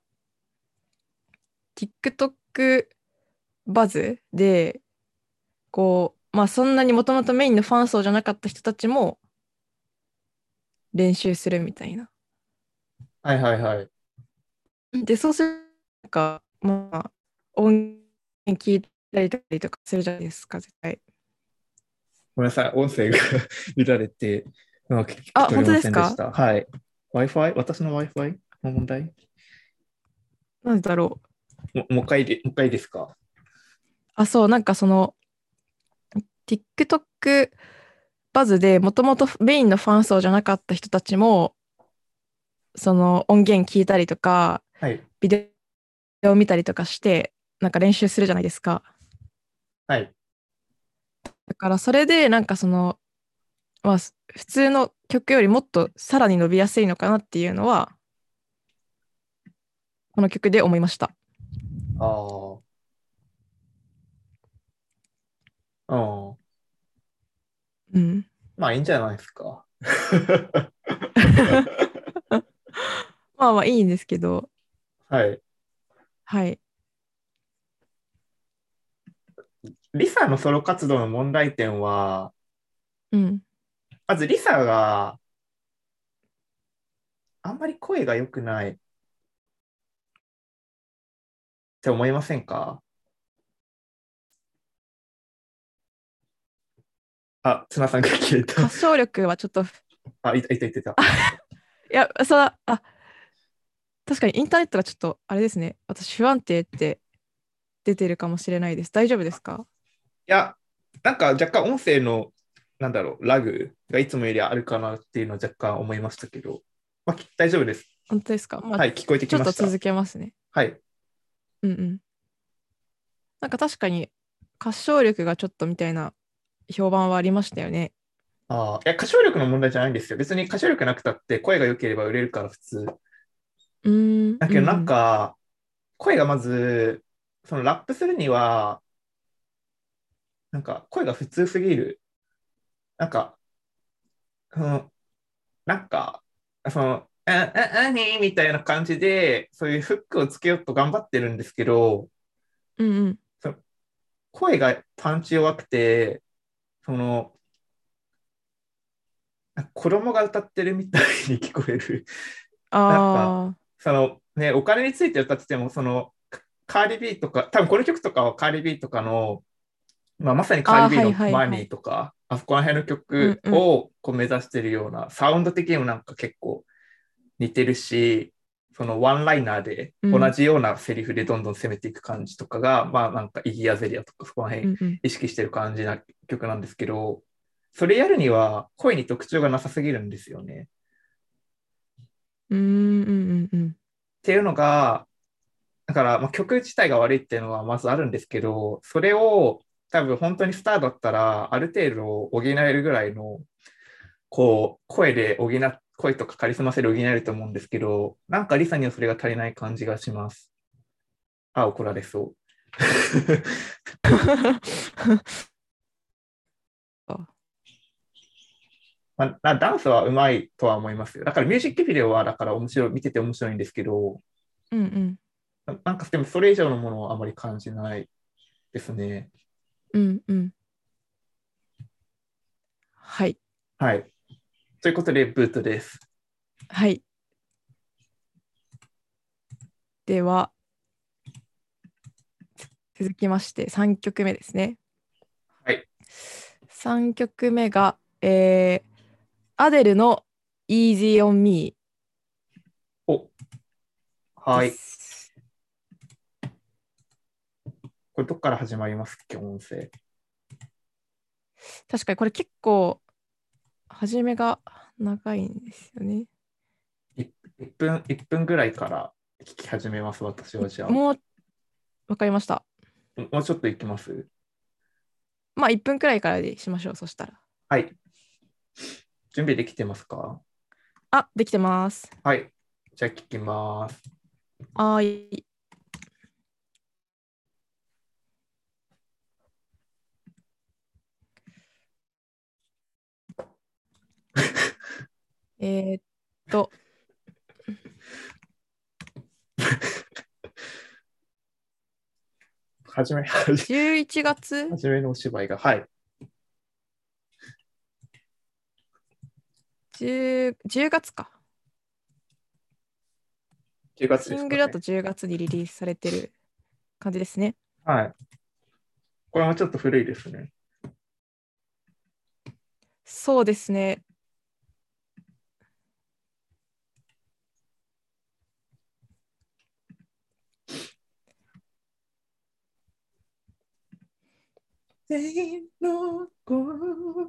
TikTok バズで、こう、まあそんなにもともとメインのファン層じゃなかった人たちも練習するみたいな。 はいはいはい。 で、そうすると、なんか、まあ、音源聞いたりとかとかするじゃないですか、絶対。 ごめんなさい。音声が乱れて、うまく聞きあ、本当取れまですか？ せんでした。はい。Wi-Fi？ 私の Wi-Fi の問題？ なんだろう。 も、もう一回で、もう一回ですか？ あ、そう、なんかその、TikTok バズでもともとメインのファン層じゃなかった人たちも、その音源聞いたりとか、 はい。 ビデオを見たりとかして、なんか練習するじゃないですか。 はい。 だからそれで、なんかその、まあ、普通の曲よりもっとさらに伸びやすいのかなっていうのは、この曲で思いました。 ああ。うん。 うん。 まあいいんじゃないですか。 まあまあいいんですけど、 はい。 はい。 リサのソロ活動の問題点は、 うん。 まずリサがあんまり声が良くないって思いませんか？あ、綱さんが消えた。 歌唱力はちょっと、いあ、いたいたいたいた。 や、そう、あ、確かにインターネットがちょっと、あれですね。私不安定って出てるかもしれないです。大丈夫ですか？ いや、なんか若干音声の、なんだろう、ラグがいつもよりあるかなっていうのは若干思いましたけど、まあ、き大丈夫です。 本当ですか？まあ、 はい、聞こえてきちょっとました。 続けますね。 はい。 うんうん。なんか確かに歌唱力がちょっとみたいな評判はありましたよね。 ああ、いや、歌唱力の問題じゃないんですよ。別に歌唱力なくたって声が良ければ売れるから普通。 うーん、 だけどなんうん、 か、声がまず、そのラップするには、なんか声が普通すぎる。なんか、その、なんか、その、あ、あ、あにみたいな感じで、そういうフックをつけようと頑張ってるんですけど、 うん、うん。 その声がパンチ弱くて、その、子供が歌ってるみたいに聞こえる。なんか、 あそのね、お金について歌ってても、その、カーディビーとか、多分この曲とかはカーディビーとかの、まあ、まさにカーあ、ああ、 ディビーはいのマはいはい。 ニーとか、あそこら辺の曲うん、うん、 をこう目指してるような、サウンド的にもなんか結構似てるし、そのワンライナーでうん、 同じようなセリフでどんどん攻めていく感じとかが、まあなんかイギー・アゼリアとかそこら辺うん、うん。 意識してる感じな曲なんですけど、それやるには声に特徴がなさすぎるんですよね。 うーん、うん、うん、うん。 っていうのが、だからまあ曲自体が悪いっていうのはまずあるんですけど、それを多分本当にスターだったらある程度補えるぐらいのこう声で補っ声とかカリスマ性で補えると思うんですけど、なんかリサにはそれが足りない感じがします。あ、怒られそう。まあ、ダンスはうまいとは思いますよ。だからミュージックビデオはだから面白い、見てて面白いんですけど、 うん、うん、 ななんかでもそれ以上のものはあまり感じないですね。 うん、うん。はい。 はい。ということで、ブートです。 はい。では、続きましてさんきょくめですね。 はい。 さんきょくめが、えー、アデルの Easy on Me お、 ではい。 す。 これどっから始まりますっけ、音声。 確かにこれ結構、初めが長いんですよね。 いいっぷん、いっぷんぐらいから聞き始めます、私いはじゃあ。 もう、わかりました。 もうちょっといきます。 まあ、いっぷんくらいからでしましょう、そしたら。 はい。準備できてますか？ あ、できてます。 はい。じゃあ聞きます。 はーい。えーっと、 はじめ、はじじゅういちがつはじめのお芝居が、はい。 じゅう、じゅうがつか。 じゅうがつシングルだとですかね。 じゅうがつにリリースされてる感じですね。 はい。これもちょっと古いですね。 そうですね。 They no go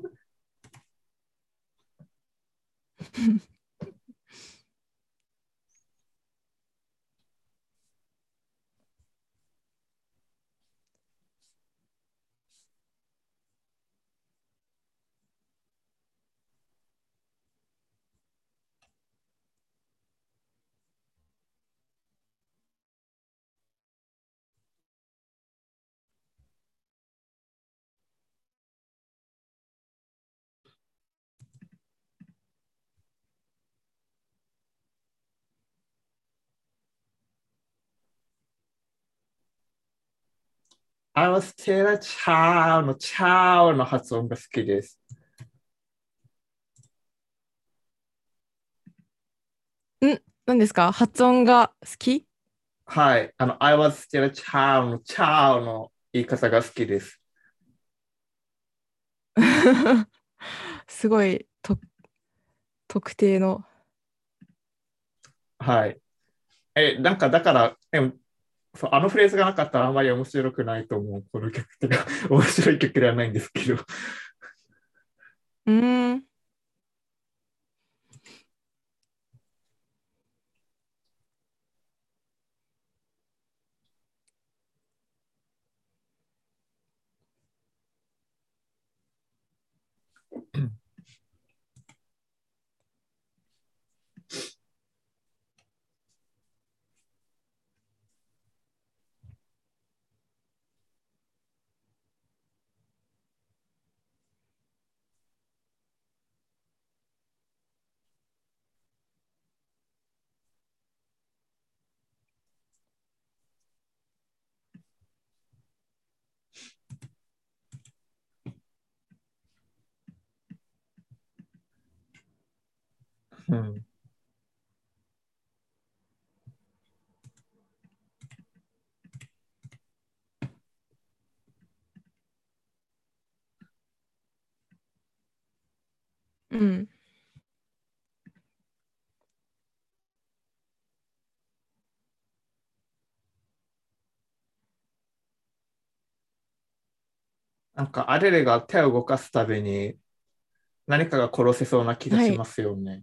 あのステラチャーのチャーの発音が好きです。 ん何ですか？発音が好き？ はい。あの、I was still a child のチャーの言い方が好きです。 すごいと特定の。 はい。え、なんかだから、でもそうあのフレーズがなかったらあまり面白くないと思う。この曲ってか、面白い曲ではないんですけど。 うーん。 うん。 うん。 なんかアデレが手を動かすたびに何かが殺せそうな気がはい。 しますよね。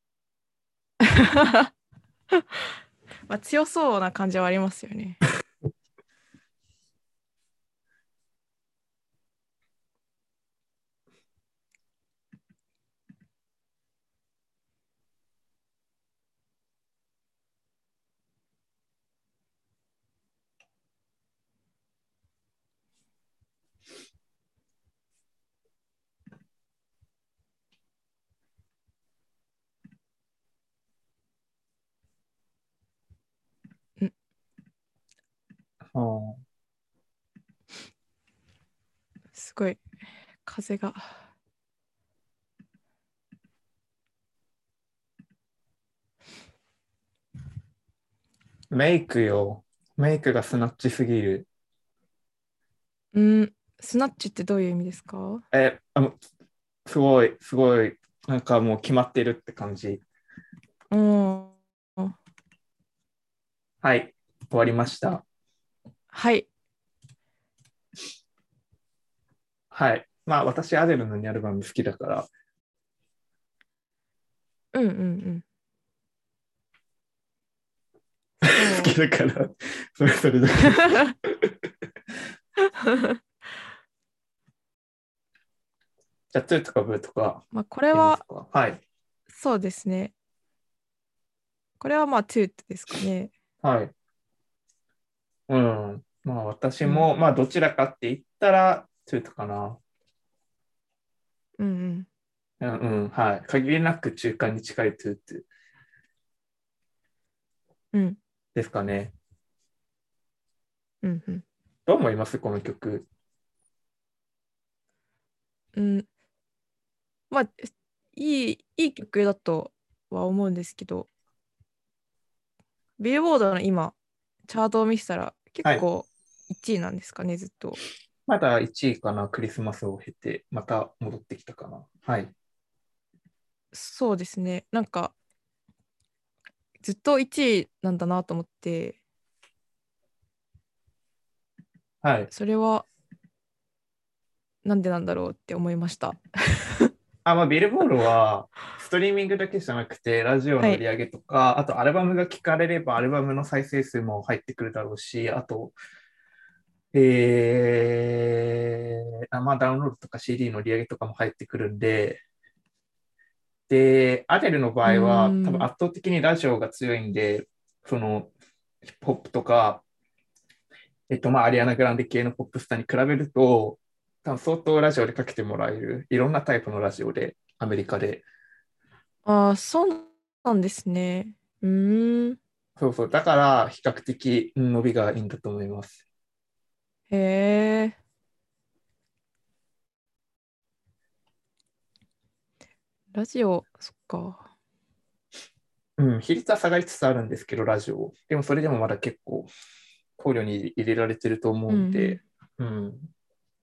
まあ、強そうな感じはありますよね。うん、 うん、 すごい風が。 メイクよ。メイクがスナッチすぎる。 うん。スナッチってどういう意味ですか？ え、あの、すごい、すごい、なんかもう決まってるって感じ。 うん。 はい、終わりました。 はい。 はい。まあ、私、アデルのニャルバム好きだから、 うんうんうん。 好きそう。 だから、それそれだけ。じゃあ、ツーとかブーとかまあこれ言いますはか。はい。 そうですね。これはまあトゥートですかね。 はい。うん。まあ、私うん。 も、まあ、どちらかって言ったら、ツーとかな。 うんうん。 うん、うん、はい。限りなく中間に近いトゥートゥーうん。 ですかね。 うんうん。 どう思いますこの曲？ うん。まあ、いい、いい曲だとは思うんですけど、ビルボードの今、チャートを見せたら結はい。 構いちいなんですかね、ずっと。 まだいちいかな、クリスマスを経て、また戻ってきたかな。はい。 そうですね。なんか、ずっといちいなんだなと思って、 はい。 それはなんでなんだろうって思いました。 あ、まあ、ビルボードは、ストリーミングだけじゃなくて、ラジオはい。 の売り上げとか、あとアルバムが聴かれれば、アルバムの再生数も入ってくるだろうし、あと、えー、あ、まあ、ダウンロードとか シーディー の売り上げとかも入ってくるんで、で、アデルの場うー合は、多分ん。 圧倒的にラジオが強いんで、その、ヒップホップとか、えっと、まあ、アリアナ・グランデ系のポップスターに比べると、多分相当ラジオでかけてもらえる、いろんなタイプのラジオで、アメリカで。 ああ、そうなんですね。うーん。 そうそう。だから、比較的うん伸びがいいんだと思います。 へえ。ラジオ、そっか。 うん、比率は下がりつつあるんですけど、ラジオ。でも、それでもまだ結構考慮に入れられてると思うんうん。 うんで、うん。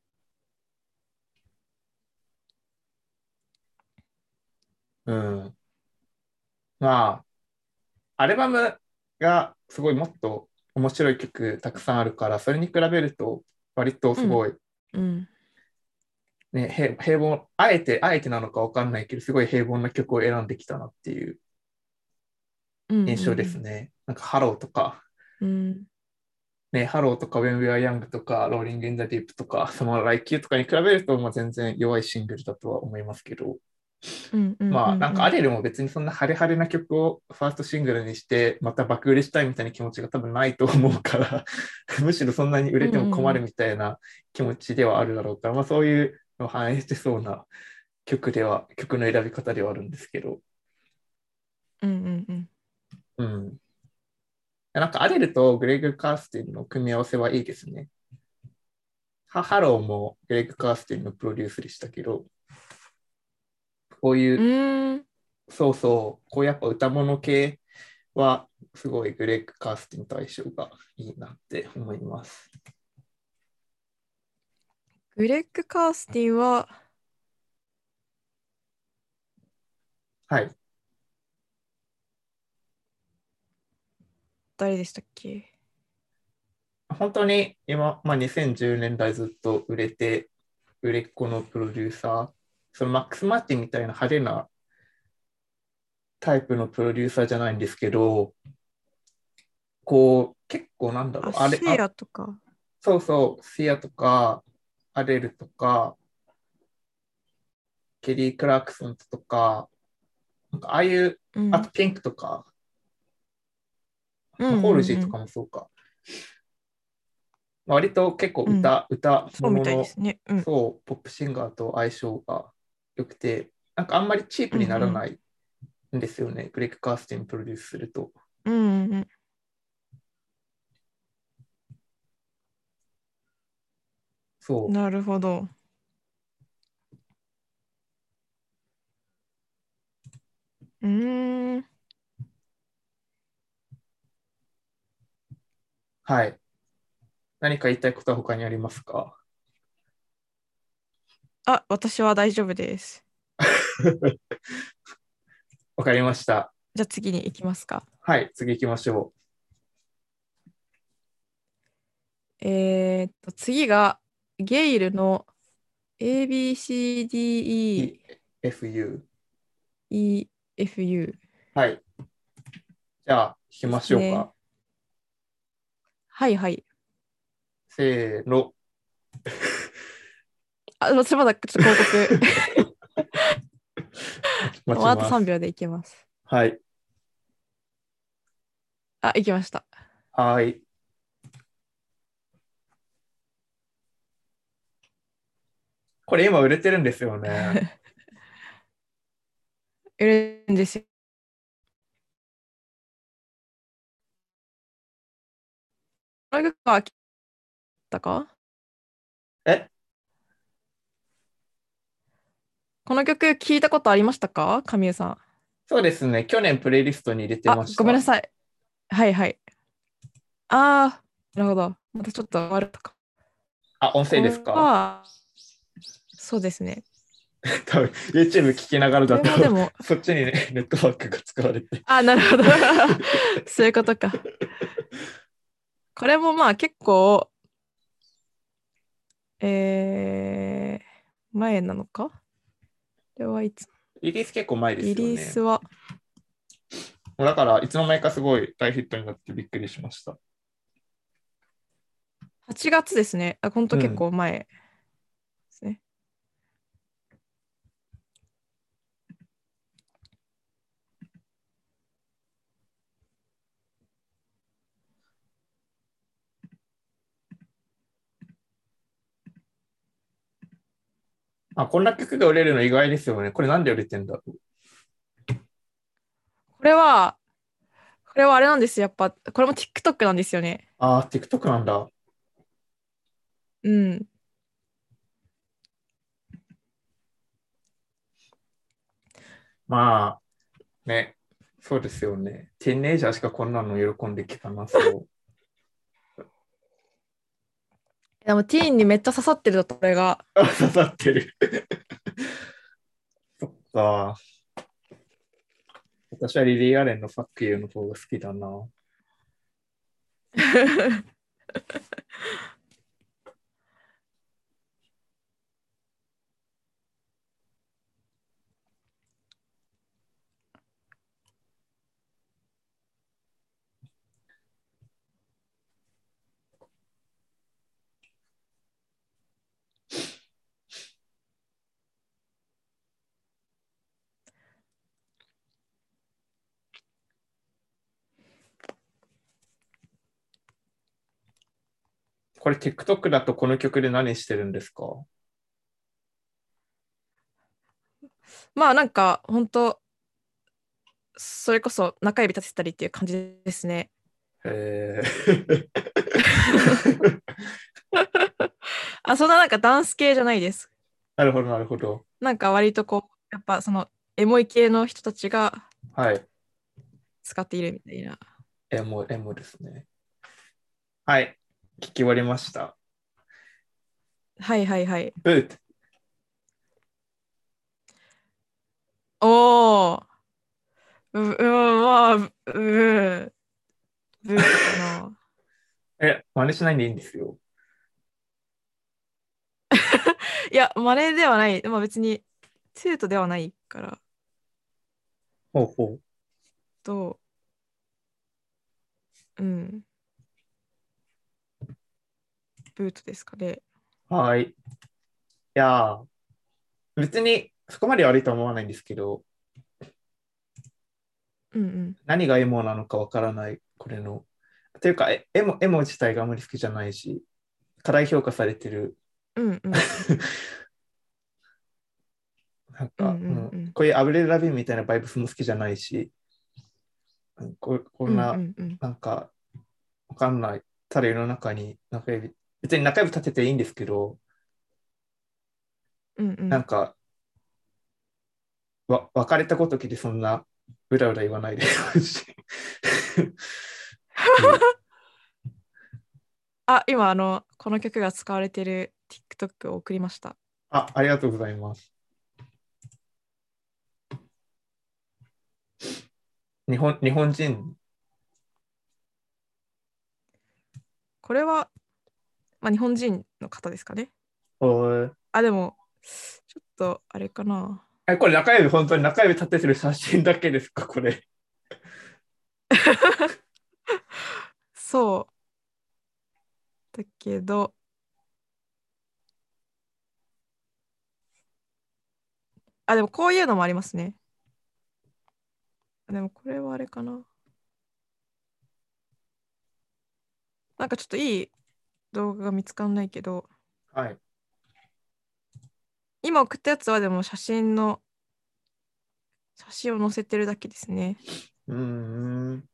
うん。まあ、アルバムがすごいもっと面白い曲たくさんあるから、それに比べると、割とうん。 すごい、 うん。 ね、平平凡、あえて、あえてなのかわかんないけど、すごい平凡な曲を選んできたなっていううん。う印象ですん。 ね。なんか、ハローとか、 うん。 ね、ハローとか、When We Are Young とか、Rolling in the Deep とか、その Like You とかに比べると、まあ、全然弱いシングルだとは思いますけど、 うん。うん。うまあ、 ん。 なんかアうん。 デルも別にそんなハレハレな曲をファーストシングルにして、また爆売れしたいみたいな気持ちが多分ないと思うから、むしろそんなに売うん。 れても困るうん。 みたいな気持ちではあるだろうから、まあそういうのを反映してそうな曲では、曲の選び方ではあるんですけど、 うん。うん。 うん。なんかアデルとグレッグ・カースティンの組み合わせはいいですね。ハハローもグレッグ・カースティンのプロデュースでしたけど、こういううん。 そうそう、こうやっぱ歌物系はすごいグレッグ・カースティンと相性がいいなって思います。 グレッグ・カースティンははい。 誰でしたっけ？ 本当に今、まあ、にせんじゅうねんだいずっと売れて、売れっ子のプロデューサー、そのマックス・マーティンみたいな派手なタイプのプロデューサーじゃないんですけど、こう、結構なんだろあ、 う、あれ、あ、 シェアとか。 そうそう、シアとか、アデルとか、ケリー・クラークソンとか、なんかああいう、 うん。 あとピンクとか、 うんまあ、ホールジーとかうんうん。 もそうか。まあ割と結構うん。 歌、歌そうみものの、 たいですね。うん。 そう、ポップシンガーと相性が良くて、なんかあんまりチープにならうんないんですよね、グレッグ・カースティンプロデュースすると。 うん。うんうんうん。 そう。 なるほど。うーん。 はい。何か言いたいことは他にありますか？ あ、私は大丈夫です。 わかりました。 じゃあ次に行きますか。 はい、次行きましょえーっと、次が、ゲイルのう。 エービーシーディーイーイーエフユー。 イーエフユーはい。じゃあ、弾きでますね。 しょうか。 はいはい。 せーの。 あ、私まだちょっと広告。 待もうあと3 ちます。 秒でいけます。 はい。 あ、いきました。 はい。これ今売れてるんですよね。 いるんですよ。この曲は聞いたか？ え、 この曲聞いたことありましたか神谷さん？ そうですね。去年プレイリストに入れてあ、 ました。 ごめんなさい。はいはい。あー、なるほど。またちょっと悪かったか。 あ、音声ですこれか？ は、そうですね。 多分 YouTube 聞きながらこだとれもでも、 そっちにね、ネットワークが使われてあ、なるほど。そういうことか。これもまあ結構、えー、前なのか？これはいつ？ リリース結構前でリすよね。 リースはだから、いつの間にかすごい大ヒットになってびっくりしました。 はちがつですね。あ、本当結うん。 構前ですね。 あ、こんな曲が売れるの意外ですよね。これなんで売れてんだろう。 これは、これはあれなんですよ。やっぱ、これも TikTok なんですよね。 あー、TikTok なんだ。 うん。 まあ、ね。そうですよね。ティーンエイジャーしかこんなの喜んできたな、そう。 でもティーンにめっちゃ刺さってるだと、これが。 あ、刺さってる。そっか。私はリリー・アレンのファックユーの方が好きだな。これ TikTok だとこの曲で何してるんですか？ まあなんか、本当それこそ中指立てたりっていう感じですね。 へーあ、そんななんかダンス系じゃないです。 なるほど、なるほど。 なんか割とこう、やっぱそのエモい系の人たちがはい。 使っているみたいな。 エモ、エモですね。はい。聞き終わりました。 はいはいはい。 ブート。 おー、う、うん、まあ、うん、ブートかな。 え、真似しないでいいんですよ。 いや、マネではない。まあ別に、生徒ではないから、 ほうほと、うん、ブートですかね。 う。はい。いやー、別にそこまで悪いとは思わないんですけど、 うんうん。 何がエモなのかわからない、これの。というか、えエモ、エモ自体があまり好きじゃないし、過大評価されてる。 うんうん。 なんうんうか、うん、 んうん。 こういうアブレラビンみたいなバイブスも好きじゃないし、うんこ、こうんうんな、 んうん。 なんか、わかんない、ただ世の中に中指、別に中指立てていいんですけど、 うんうん。 なんか、わ、別れたごときでそんな、うらうら言わないでほしい。いいあ、今、あの、この曲が使われている TikTok を送りました。 あ、ありがとうございます。日本、日本人、 これは、まあ、日本人の方ですかね。 おーあ、でも、ちょっと、あれかな。 え、これ中指、本当に中指立ててる写真だけですか、これ。 そう。だけど、あ、でもこういうのもありますね。あでもこれはあれかな。なんかちょっといい動画が見つかんないけど、 はい。 今送ったやつはでも写真の、写真を載せてるだけですね。 うーん。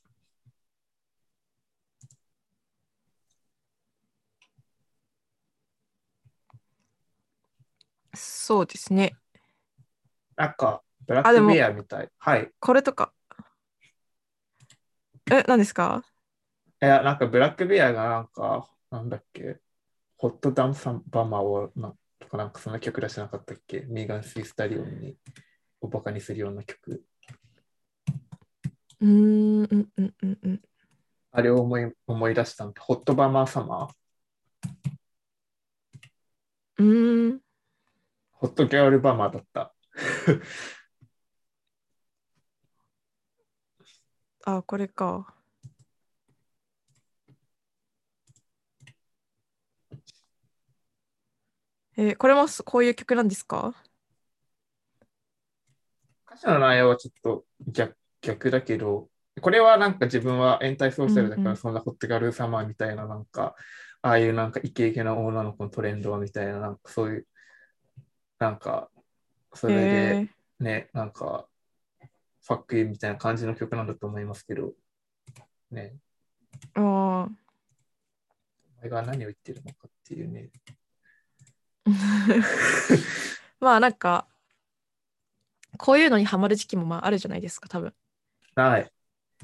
そうですね。 なんか、ブラッあ、でクビも、 アみたい。はい。 これとか。え、何ですか？ いや、なんかブラックビアがなんか、なんだっけ、ホットダンサンバマーをなとかなんかそんな曲出してなかったっけ、ミーガン・シー・スタリオンにおバカにするような曲。 うーん、うん、うん、うん、うん。 あれを思い思い出したんで、ホットバマーサマー、 うーん。 ホットギャールバマーだった。 あ、これか。えーこれもそこういう曲なんですか？ 歌詞の内容はちょっと逆逆だけど、これはなんか自分はエンタイソーシャルだから、 うんうん。 そんなホットギャルサマーみたいな、なんか、ああいうなんかイケイケな女の子のトレンドみたいな、なんかそういう、なんか、それでえね、なんか、ファックインみたいな感じの曲なんだと思いますけど、ね、 ー、あーお前が何を言ってるのかっていうね。 まあなんか、こういうのにハマる時期もまああるじゃないですか、多分。 ない、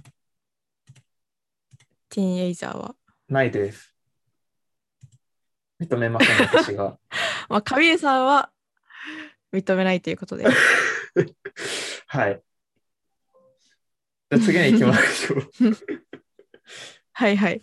ティーンエイジャーは。 ないです。認めません、私が。 まあ、神江さんは認めないということで。 はい。じゃあ次に行きましょう。 はいはい。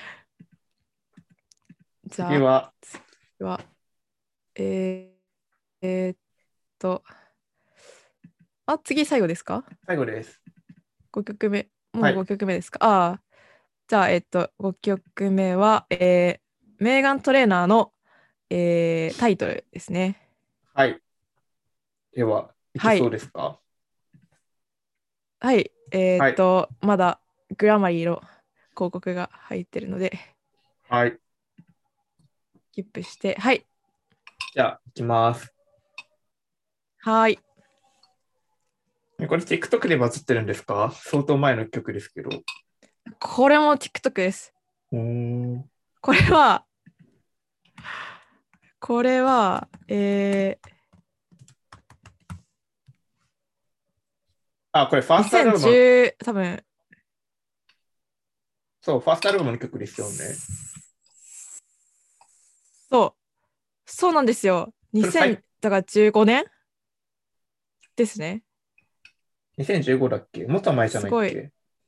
じゃあ、 次は、 次は、えー、えーっと、あ、次最後ですか？ 最後です。 ご 曲目。もうごはい。 きょくめですか？ああ、じゃあ、えっと、ごきょくめは、えー、メーガン・トレーナーの、えータイトルですね。 はい。では、いけそうはい。 ですか？ はい。えーっはい。 と、まだグラマリーの広告が入ってるので、 はい。 キップして、はい。 じゃあ、いきます。 はい。 これ TikTok でバズってるんですか？相当前の曲ですけど。 これも TikTok です。 うーん。 これは、これは、えー、 あ、これファーストアルバム、 にせんじゅう、多分、 そう、ファーストアルバムの曲ですよね。 そう、そうなんですよ。にせん、 それ最、 だからじゅうごねんですね。 にせんじゅうごだっけ？もっと前じゃすごい。 ないっけ？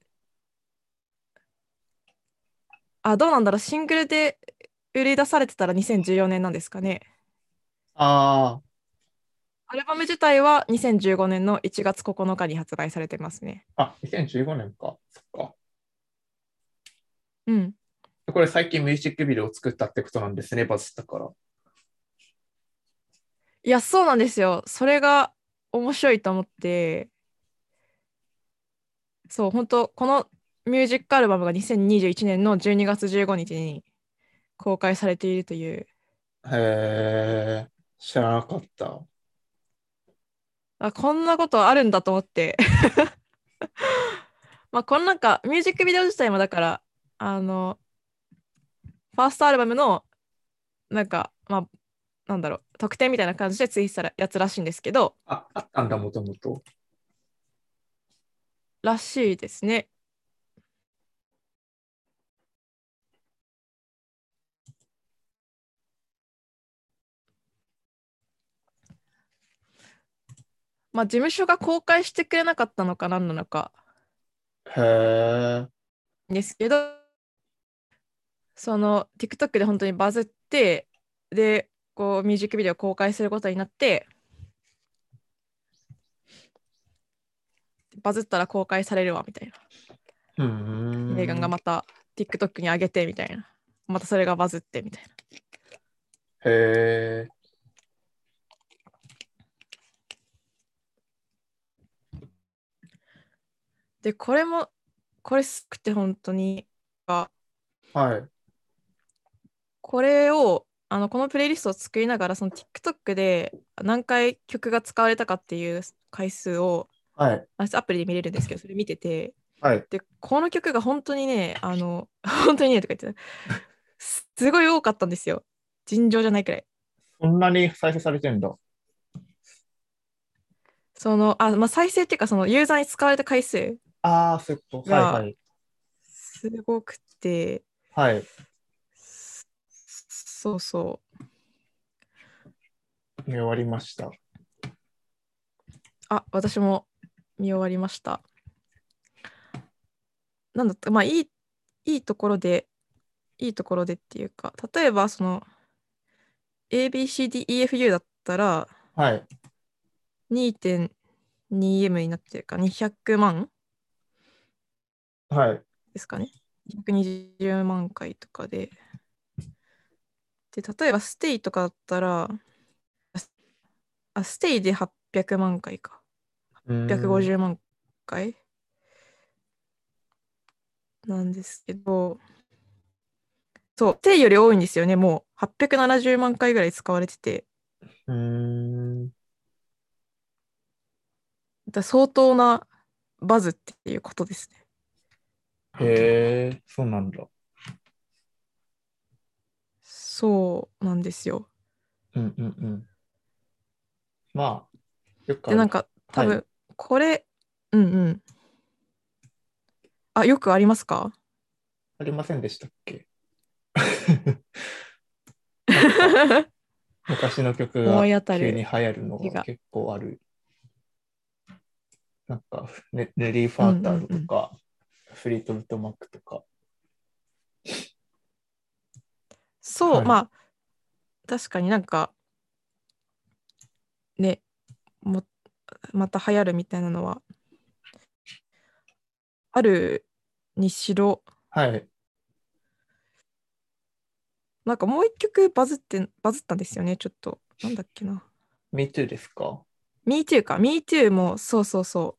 あ、どうなんだろう。シングルで売り出されてたらにせんじゅうよねんなんですかね。 あアルバム自体はにせんじゅうごねんのいちがつここのかに発売されてますね。 あ、あ、にせんじゅうごねんか。そっか。 うん。 これ最近ミュージックビデオを作ったってことなんですね、バズったから。 いや、そうなんですよ。それが面白いと思って、そう、本当このミュージックアルバムがにせんにじゅういちねんのじゅうにがつじゅうごにちにちに公開されているという、 へえ、知らなかった。 あ、こんなことあるんだと思って。まあ、このなんか、ミュージックビデオ自体もだから、あの、ファーストアルバムの、なんか、まあ、なんだろう、特典みたいな感じでツイートしたやつらしいんですけど、 あ、あったんだ、もともと。 らしいですね。まあ、事務所が公開してくれなかったのか何なのかへえ、 ですけど、その TikTok で本当にバズって、で、こうミュージックビデオを公開することになって、バズったら公開されるわみたいな。 うーメーガンがん、 また TikTok に上げてみたいな。またそれがバズってみたいな。 へえ、 で、これも、これすくて本当に、あはい、 これを、あの、このプレイリストを作りながら、その TikTok で何回曲が使われたかっていう回数を、 はい、 あアプリで見れるんですけど、それ見てて、 はい。 で、この曲が本当にね、あの、本当にね、とか言って、すすごい多かったんですよ。尋常じゃないくらい。 そんなに再生されてんだ。 その、あ、まあ、再生っていうか、そのユーザーに使われた回数ああ、そういうこと。はい、はがい、 すごくて、 はい。 そうそう。 見終わりました。 あ、私も見終わりました。なんだった、まあ、いい、いいところで、いいところでっていうか、例えば、その、エービーシーディーイーエフユー だったら、 はい、 にてんにエム になってるか、にひゃくまんはい、 ですかね。ひゃくにじゅうまん回とかで。で、例えば、ステイとかだったら、あ、ステイではっぴゃくまん回か。 うー 850 ん、 万回なんですけど、そう、ステイより多いんですよね。もうはっぴゃくななじゅうまん回ぐらい使われてて、 うーん。 だ相当なバズっていうことですね。 へえ、そうなんだ。 そうなんですよ。 うん、うん、うん。まあ、よくで、 ある。 なんか多はい。 分、これ、うんうん。あ、よくありますか？ ありませんでしたっけ？なんか、昔の曲思いが当たる急に流行るの字が。 が結構ある。なんか、レ、レディー・フうんうァーターんうん。 ズとか、フリートウッド・マックとか。 そう、 はい。 まあ、確かになんかね、も、また流行るみたいなのはあるにしろ、 はい。 なんかもう一曲バズって、バズったんですよね、ちょっと。なんだっけな。 Me Too ですか？ Me Too か。Me Too もそうそうそう。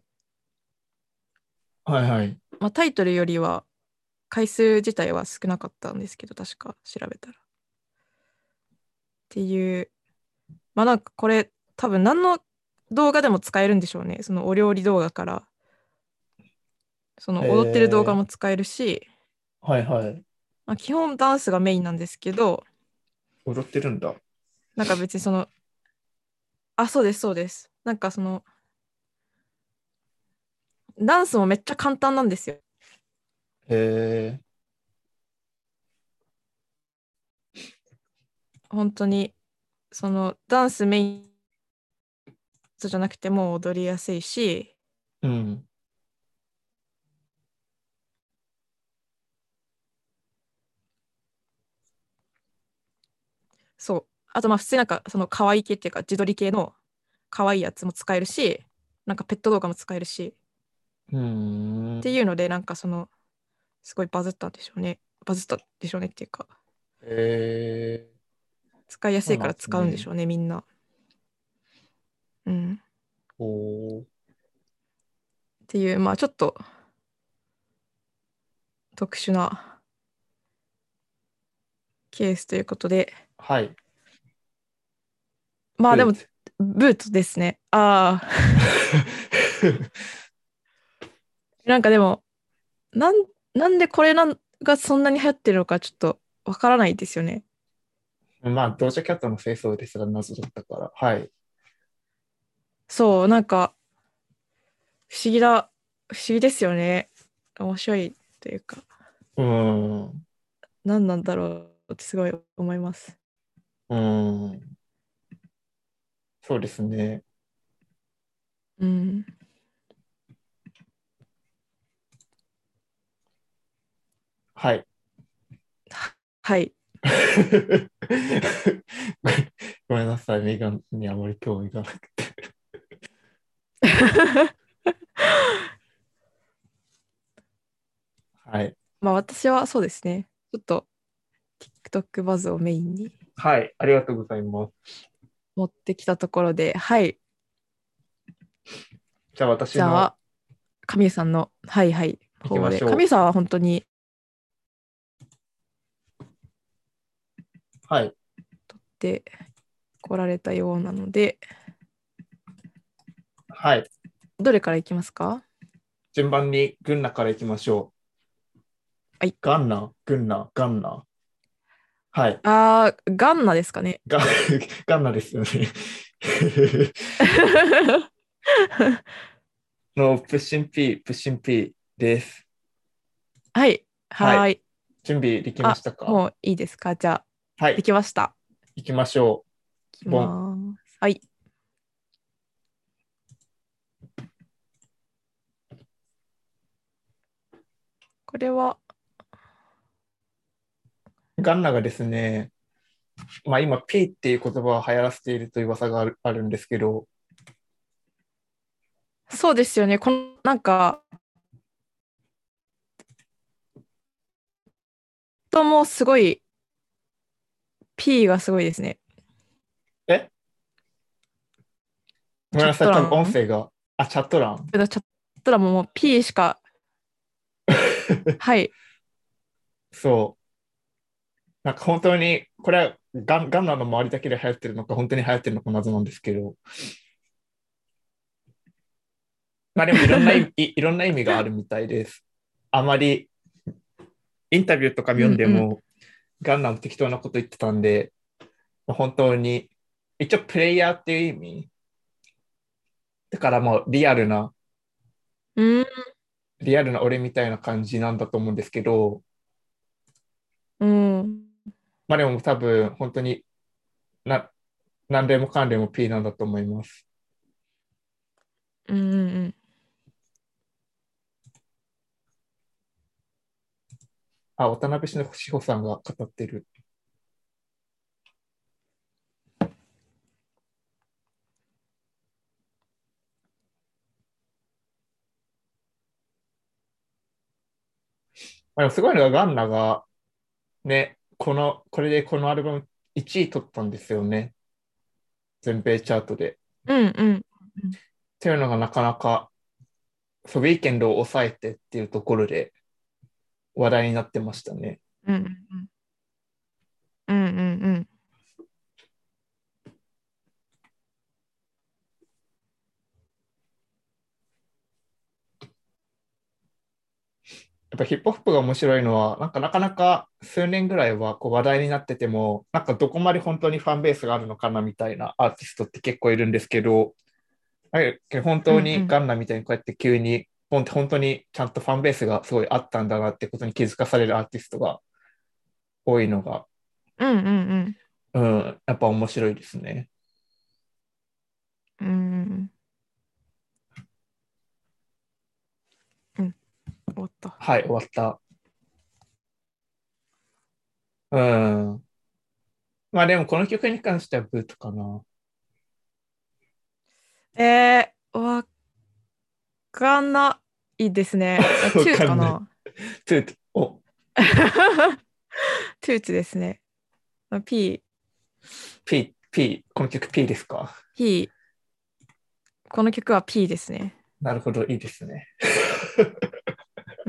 はいはい。 まあ、タイトルよりは回数自体は少なかったんですけど、確か調べたら。っていう、まあなんかこれ多分何の動画でも使えるんでしょうね。そのお料理動画からそへの踊ってる動画え、 も使えるし、 はいはい。 まあ、基本ダンスがメインなんですけど、 踊ってるんだ。 なんか別にその、あ、そうです、そうです。なんかその、 ダンスもめっちゃ簡単なんですよ。 へえ。 本当に、そのダンスメインじゃなくても踊りやすいし、 うん。 そう。あとまあ普通になんかその可愛い系っていうか自撮り系の可愛いやつも使えるし、なんかペット動画も使えるし、 うーってん。 いうのでなんかそのすごいバズったんでしょうね。バズったでしょうねっていうか、 へえ。 使いやすそうなんいからですね。 使うんでしょうね、みんな。うん。 おー。 っていう、まあちょっと特殊なケースということで、 はい。 まあでも、 ブーツ。 ブーツですね。ああ、なんかでも、なん、なんでこれなんがそんなに流行ってるのかちょっとわからないですよね。 まあ、ドージャキャットの清掃ですが謎だったから。はい。 そう、なんか不思議だ、不思議ですよね。面白いというか、 うーん。 何なんだろうってすごい思います。 うーん。そうですね。 うん。 はい。 はい。 ごめんなさい。メガンにあまり興味がなくて。はい。 まあ私はそうですね。ちょっと TikTok バズをメインにはい。ありがとうございます。 持ってきたところで、はい。 じゃあ、私のじゃあ、神湯さんの、はいはい、 行き方で。 ましょ神湯さんは本当に、 う。はい。 で来られたようなので、 はい。 どれからいきますか？ 順番にグンナから行きましょう。 はい。 ガンナ、グンナ、ガンナ。はい。 あー、ガンナですかね。 ガ、ガンナですよね。のプッシン P、プッシン P です。 はい。 はい。 はーい。 準備できましあ、 たか？ もういいですか？じゃあ、ではい。 きました。 行きましょいきう。ボン。 ます。はい。これは、 ガンナがですね、まあ今 P っていう言葉を流行らせているという噂がある、あるんですけど、 そうですよね。この、なんか、ともすごい、P がすごいですね。 えごめんチャッなさい。多分音ト欄。 声が、あ、チャット欄。 チャット欄ももう P しか、はい。 そう。なんか本当に、これはガン、ガンナの周りだけで流行ってるのか、本当に流行ってるのか謎なんですけど、まあでもいろんな意味、いいろんな意味があるみたいです。あまりインタビューとか読んうんうん。 でも、ガンナも適当なこと言ってたんで、本当に、一応プレイヤーっていう意味、だからもうリアルな、 うん。 リアルな俺みたいな感じなんだと思うんですけど、 うん。 まあでも多分本当にな何でもかんでも P なんだと思います。 うんうんうん。 あ、渡辺志保さんが語ってる。まあ、でもすごいのがガンナがね、この、これでこのアルバムいちい取ったんですよね。全米チャートで。っうんうん。 ていうのがなかなか、そう、ウィーケンドを抑えてっていうところで話題になってましたね。 うんうんうんうんうん。 やっぱヒップホップが面白いのは、なんかなかなか数年ぐらいはこう話題になってても、なんかどこまで本当にファンベースがあるのかなみたいなアーティストって結構いるんですけど、はい本当にうんうん。 ガンナみたいにこうやって急にポンって本当にちゃんとファンベースがすごいあったんだなってことに気づかされるアーティストが多いのが、 うんうんうん、やっぱ面白いですね。 うん。うんうん。終わった。 はい、終わった。うん。まあでもこの曲に関してはブートかな。 えー、わかんないですね。あ、 わトゥーかんない。 かな。 トゥート、お、 トゥーツですね。あ P、 P、P、この曲 P ですか？ P、この曲は P ですね。 なるほど、いいですね。 うん。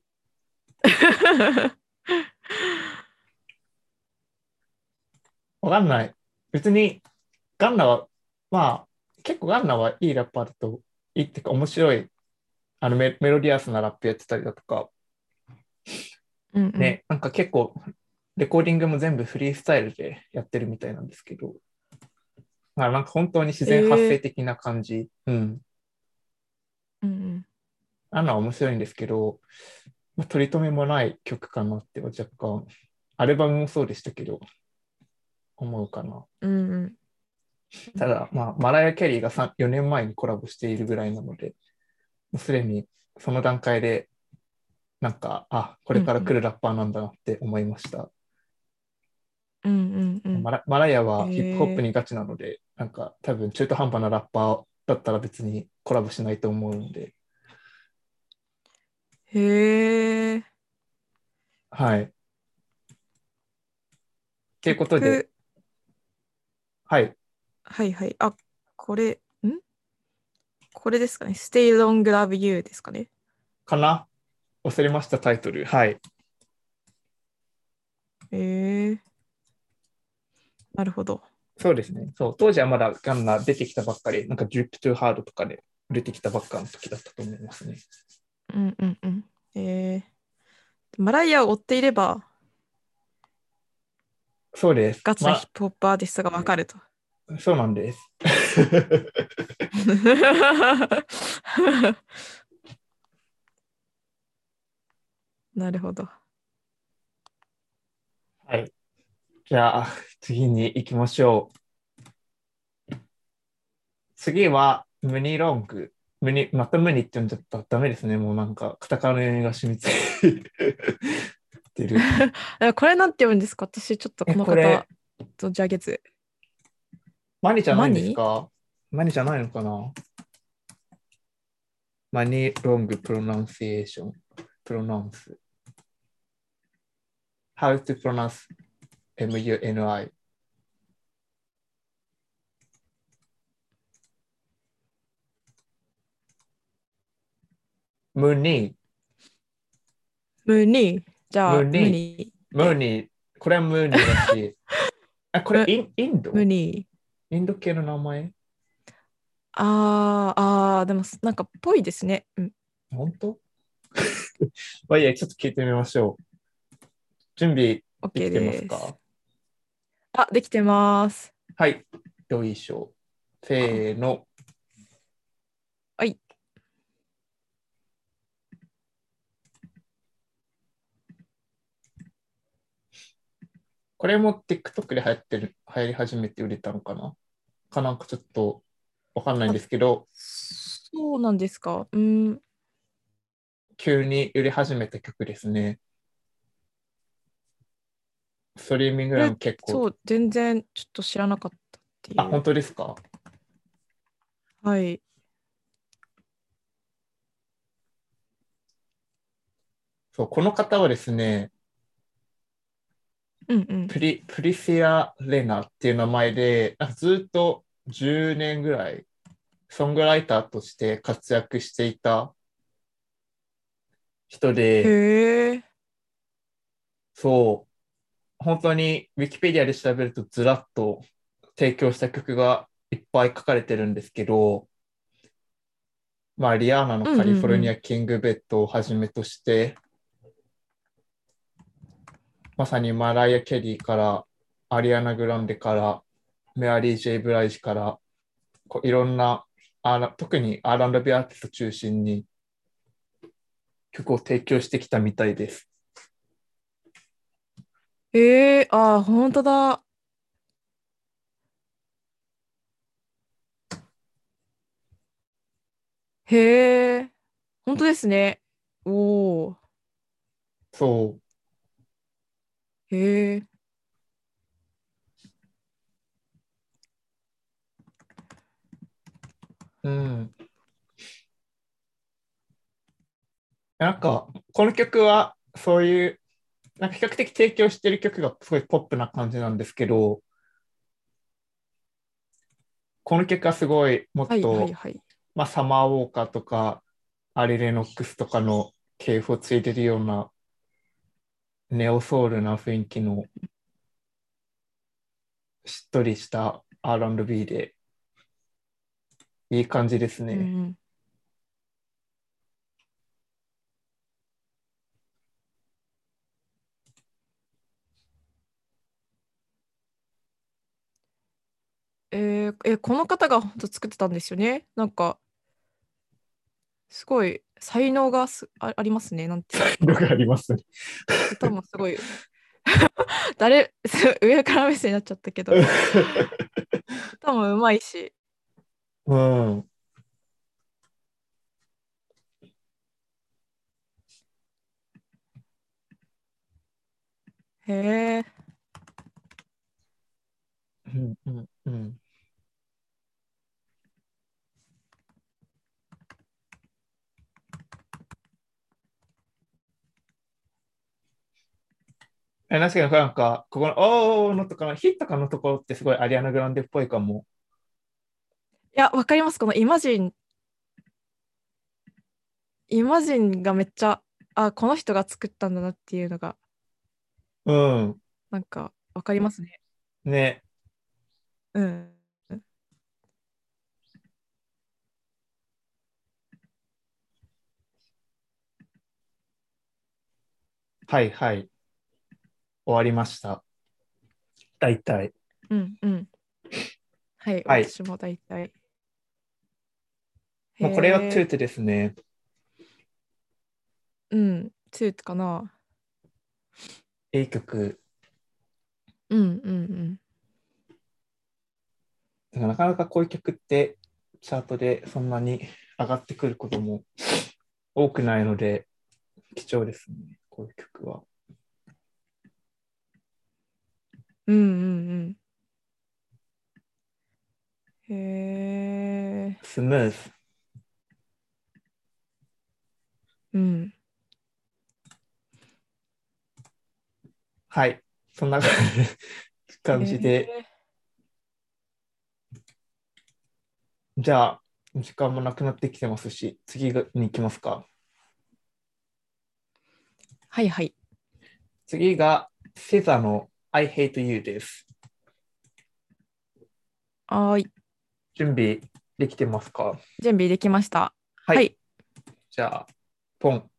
わかんない。別に、ガンナは、まあ、結構ガンナはいいラッパーだと、いいっていうか面白い、あのメ、メロディアスなラップやってたりだとか、 うんうん。 ね、なんか結構、レコーディングも全部フリースタイルでやってるみたいなんですけど、まあ、なんか本当に自然発えー、 生的な感じ。うん。 うんうん。 あんな面白いんですけど、まあ、取り留めもない曲かなって若干、アルバムもそうでしたけど、思うかな。 うんうん。 ただ、まあ、マライア・キャリーがさん よねんまえにコラボしているぐらいなので、もうすでにその段階で、なんか、あ、これから来うんうん。 るラッパーなんだなって思いました。 うんうんうん。 マラ、マライアはヒップホップえにガチなので、なんか多分中途半端なラッパーだったら別にコラボしないと思うので、 ー、へえ。 はい。ということで、 曲、 はい、 はいはい。あ、これ、んこれですかね。Stay Long Love You ですかね。 かな忘れましたタイトル。はい。 えー、なるほど。 そうですね。そう、当時はまだガンナ出てきたばっかり、なんか Drip to Hard とかで出てきたばっかの時だったと思いますね。 うんうんうん。えー、マライアを追っていれば、 そうです。 ガチなヒま、 ップホップアーティストがわかると。 そうなんです。 なるほど。 はい。じゃあ、次に行きましょう。次は、ムニロング。ムニ、またムニって呼んじゃったらダメですね。もうなんか、カタカナの読みが染みついてる。 えこれなんて読むんですか？私ちょっとえ、 この方、 これ、 存じ上げず。 マニじゃないんですマニか？マニじゃないのかな？マニロングプロナンシエーション。プロナンス。How to pronounce M U N I。ムニ、 ムニじゃあ、ムムニ、 ニで。 ムニ、これはムニだし、あ、これム、 イン、インドムニインド系の名前？ あー、あー、でもなんかっぽいですね。うん、 本当？まあいいや、ちょっと聞いてみましょう。準備で OK きてますです。 か？ あ、できてます。 はい。よいしょ。せーの。 はい。 これも TikTok で流行ってる、流行り始めて売れたのかなかなんかちょっとわかんないんあ、 ですけど、 そうなんですか。うん。 急に売れ始めた曲ですね。ストリーミングこれ、 でも結構、 そう、全然ちょっと知らなかったってあ、 いう。 本当ですか？ はい。 そう、この方はですね、 うんうん。 プリ、プリシア・レナっていう名前で、なんかずっとじゅうねんぐらい、ソングライターとして活躍していた人へで、 え。 そう、本当にウィキペディアで調べるとずらっと提供した曲がいっぱい書かれてるんですけど、まあ、リアーナのうんカリフォルニア・うんうん。 キングベッドをはじめとして、まさにマライア・キャリーから、アリアナ・グランデから、メアリー・ジェイ・ブライジから、こういろんな、あら特に アールアンドビー アーティスト中心に曲を提供してきたみたいです。 えー、あー、本当だ。へえ、本当ですね。おお、 そへえ、 う。うん。なんか、この曲は、そういう、なんか比較的提供してる曲がすごいポップな感じなんですけど、この曲はすごいもはいはいっと、 はい。 まあ、サマーウォーカーとか、アリレノックスとかの系譜をついてるようなネオソウルな雰囲気のしっとりした アールアンドビー でいい感じですね。 うんうん。えー、え、この方が本当作ってたんですよね。なんか、すごい才能がすあ、ありますね。なんていうのか、 がありますね。 歌もすごい、誰、上から目線になっちゃったけど、歌もうまいし。 うん。 へえ、 うんうんうん。え、確かになんか、ここの、おーのとかの、ヒットかのところってすごいアリアナ・グランデっぽいかも。 いや、わかります。このイマジン、イマジンがめっちゃ、あ、この人が作ったんだなっていうのが、 うん。 なんか、わかりますね。 ね。 うん。 はいはい。終わりました。大体。 うんうん。はい、 はい。 私も大体。へもうこれはトゥーえ、 トですね。 うん、ツーかな。 いい曲。 うんうんだからなかなかこういう曲ってチャートでそんなに上がってくることも多くないので貴重ですね。こういう曲は。 うん。うんうんうん。へえ、 スムーズ。 うん。 はい。そんなへ感じで。 え、 じゃあ、時間もなくなってきてますし、次に行きますか。 はいはい。 次が、セザの I Hate You です。 はーい。 準備できてますか？ 準備できました。 はい。 はい。 じゃあ、ポン。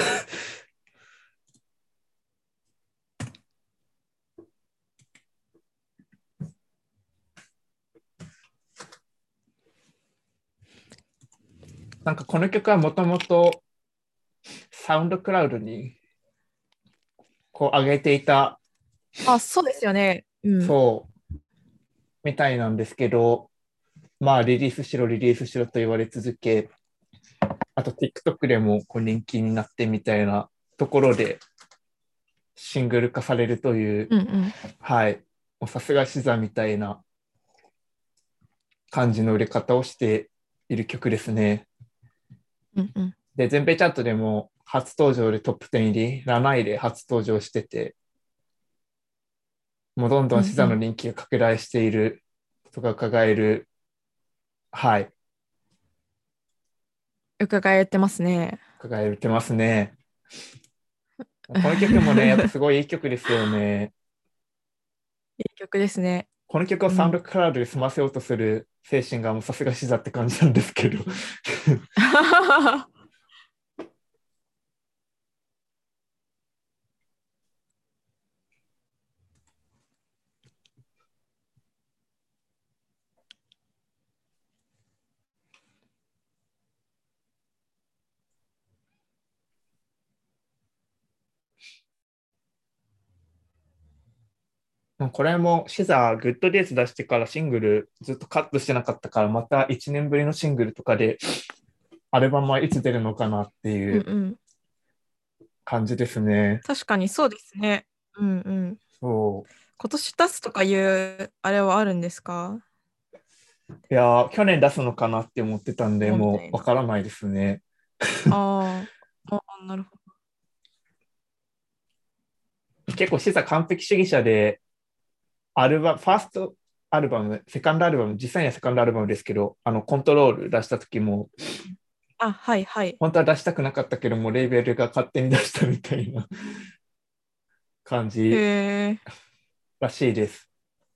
なんかこの曲はもともとサウンドクラウドにこう上げていた、 あ、そうですよね。うん。 そう、みたいなんですけど、まあリリースしろ、リリースしろと言われ続け、あと TikTok でもこう人気になってみたいなところでシングル化されるという、 うんうん。 はい、もうさすがシザみたいな感じの売れ方をしている曲ですね。 うんうん。 で、全米チャートでも初登場でトップじゅう入り、なないで初登場してて、もうどんどんシザのうんうん。 人気が拡大しているとか伺える、はい、 伺えてますね。 伺えてますね。この曲もね、やっぱすごいいい曲ですよね。 いい曲ですね。 この曲をうん。 サウンドクラウドで済ませようとする精神がもうさすがシザって感じなんですけど。 これもシザーグッドデイズ出してからシングルずっとカットしてなかったから、またいちねんぶりのシングルとかでアルバムはいつ出るのかなっていううんうん。 感じですね。 確かにそうですね。うんうん。 そう。 今年出すとかいうあれはあるんですか？ いやー、去年出すのかなって思ってたんで、 もうみたもうわいな。 からないですね。 あーあー、なるほど。 結構シザー完璧主義者で、アルバム、ファーストアルバム、セカンドアルバム、実際にはセカンドアルバムですけど、あの、コントロール出した時も、 あ、はいはい。 本当は出したくなかったけども、レーベルが勝手に出したみたいな感へじえ。 らしいです。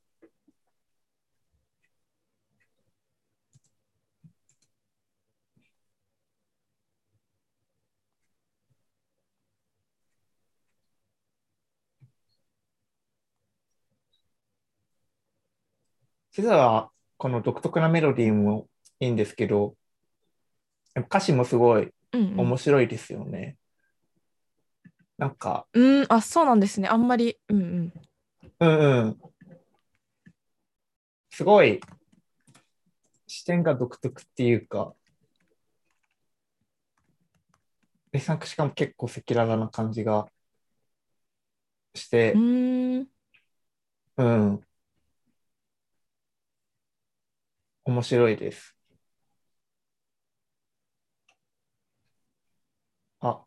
実は、この独特なメロディーもいいんですけど、歌詞もすごいうん面白いですよね。なんか、 うん。うん、あ、そうなんですね。あんまり。うんうん。 うんうん、すごい視点が独特っていうか、で、なんかしかも結構赤裸々な感じがしうて、 ーん。 うん、面白いです。あ、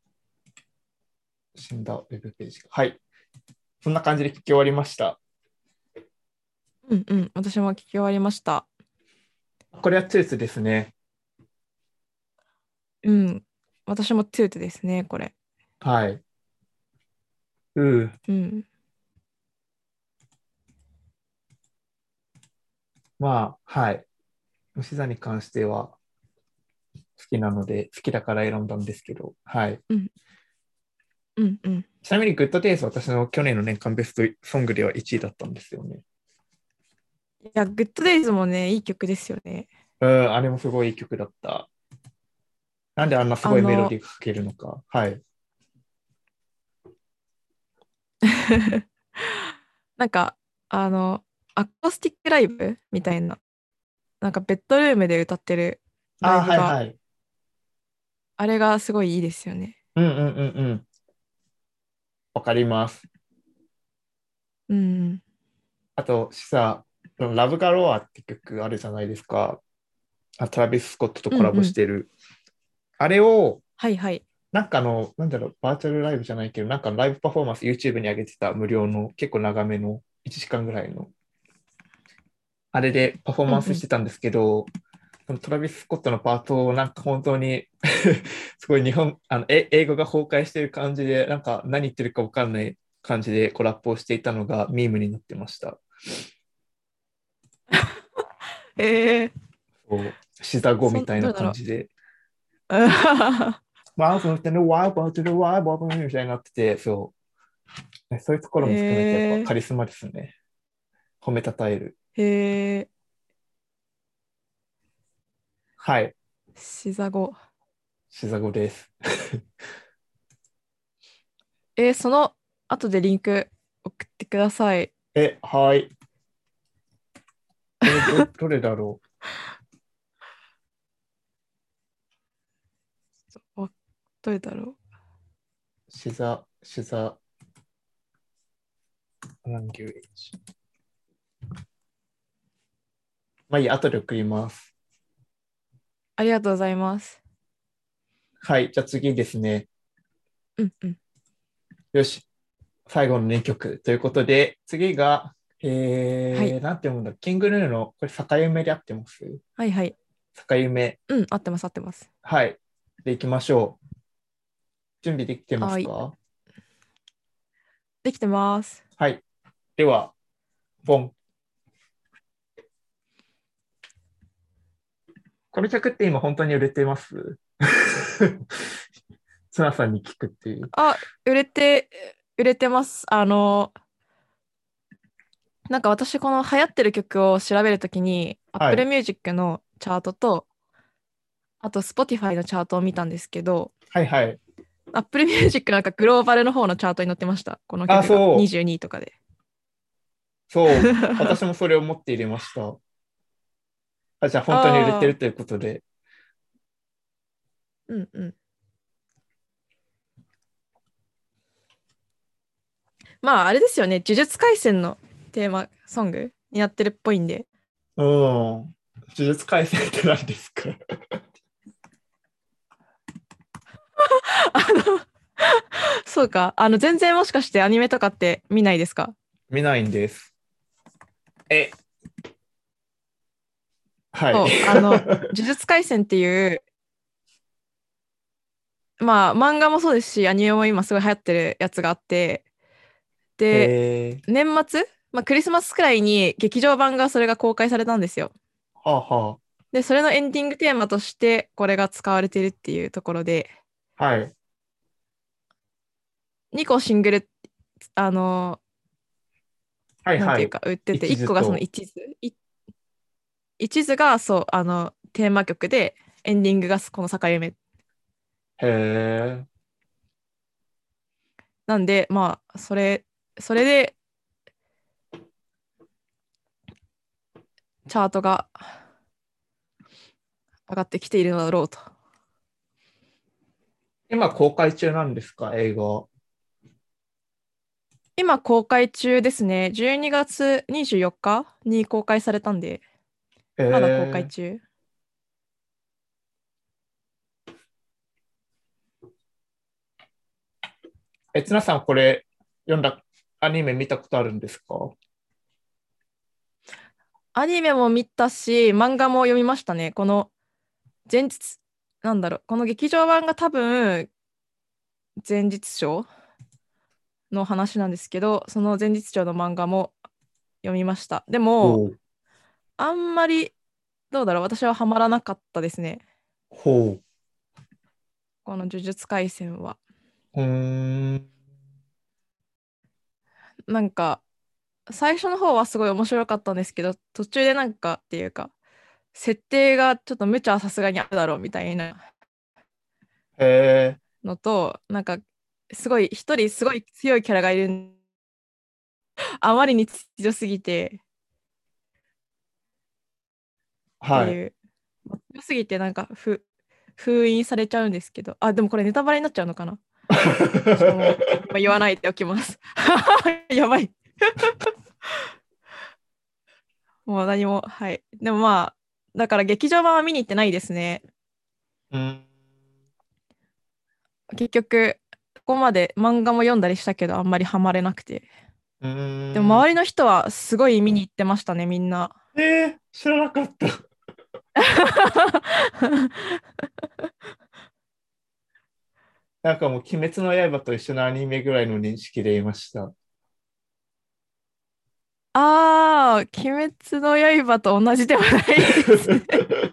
死んだウェブページが。はい。そんな感じで聞き終わりました。 うんうん。私も聞き終わりました。 これはトゥースですね。 うん。私もトゥートですね、これ。 はい。うん。 うん。 まあ、はい。虫座に関しては好きなので、好きだから選んだんですけど、はい。 うんうんうん。 ちなみに、グッドデイズは私の去年の年間ベストソングではいちいだったんですよね。 いや、グッドデイズもね、いい曲ですよね。 うん、あれもすごいいい曲だった。なんであんなすごいメロデあの、 ィーが書けるのか。はい。 なんか、あの、アコースティックライブみたいな、なんかベッドルームで歌ってるラああ、 イブが、 はいはい。 あれがすごいいいですよね。 うんうんうんうん。わかります。 うん。 あと、さ、ラブガロアって曲あるじゃないですか。あ、トラビス・スコットとコラボうんうん。 してる。あれを、 はいはい。 なんかあの、なんだろう、バーチャルライブじゃないけど、なんかライブパフォーマンス YouTube に上げてた無料の結構長めのいちじかんぐらいの、あれでパフォーマンうんうん。 スしてたんですけど、そのトラビス・スコットのパートをなんか本当にすごい日本、あの、え、英語が崩壊してる感じで、なんか何言ってるかわかんない感じでコラップをしていたのがミームになってました。 えー、 そう、シザ語そん、 みたいなどうだろ感じで、 う。うんワーブってね、ワーブってね、ワーブみたいになってて、そう、そういうところも含めてやっぱえカリスマですね。褒めたたえる。 ー、えはい、 ー、シザ語。 シザ語です。 えー、その後でリンク送ってください。 え、はい。えーど、どれだろわどれだろう。シザ、シザ、ランギュエージ。まあいいや、後で送ります。 う。ありがとうございます。 はい、じゃあ次ですね。 うんうん。 よし、最後のにきょくということで、次が、 はい。 えー、なんて読むんだ、キングヌーの、これ、境目で合ってます？ はいはい。 境目。 うん、合ってます合ってます。 はい。で、行きましょう。準備できてますはい。 か？ できてます。 はい。では、ボン。この曲って今本当に売れてます？ツナさんに聞くっていう。 あ、売れて、売れてます。あの、なんか私この流行ってる曲を調べるときには Apple い。 Music のチャートとあと Spotify のチャートを見たんですけどはいはい。 Apple Music なんかグローバルの方のチャートに載ってました。このあ、 曲がそう。 にじゅうにいとかで。 そう、私もそれを思って入れました。あ、じゃあ本当に売れてああ、 るということで。 うんうん。まあ、あれですよね。呪術廻戦のテーマソングになってるっぽいんで。 うん。呪術廻戦って何ですか？ あの、そうか。あの、全然もしかしてアニメとかって見ないですか？ 見ないんです。え、はい。 そう、あの、呪術廻戦っていう、まあ、漫画もそうですし、アニメも今すごい流行ってるやつがあって、 へで、 え、 年末、まあ、クリスマスくらいに劇場版がそれが公開されたんですよ。 はあはで、それのエンディングテーマとしてこれが使われてるっていうところで、 あ、はい。 にこシングル、あの、なんていうはいはい。 か売ってて、 一いっこがその途と。 一途、い一途がそう、あの、テーマ曲で、エンディングがこの境目。 へえ、 なんで、まあ、それ、それでチャートが上がってきているのだろうと。 今公開中なんですか、映画？ 今公開中ですね。じゅうにがつにじゅうよっかに公開されたんで、 へまだ公開え。 中。 え、つなさん、これ、読んだ、アニメ見たことあるんですか？ アニメも見たし、漫画も読みましたね。この前日、なんだろう、この劇場版が多分前日章の話なんですけど、その前日章の漫画も読みました。でも、 ほう。 あんまり、どうだろう、私はハマらなかったですね。 ほこの呪術廻戦は。 う。うーん。 なんか、最初の方はすごい面白かったんですけど、途中でなんかっていうか、設定がちょっと無茶はさすがにあるだろうみたいなへえ。 のと、なんか、すごい、一人すごい強いキャラがいるん、あまりに強すぎてってはい。 いう、強すぎてなんかふ封印されちゃうんですけど、あ、でもこれネタバレになっちゃうのかな。ちょっともう、まあ言わないでおきます。やばい。もう何も、はい。でもまあ、だから劇場版は見に行ってないですね。 うん。 結局、ここまで漫画も読んだりしたけど、あんまりハマれなくて。 うでも周りーん。 の人はすごい見に行ってましたね、みんな。 えー、知らなかった。なんかもう、鬼滅の刃と一緒のアニメぐらいの認識でいました。 ああ、鬼滅の刃と同じではないですね。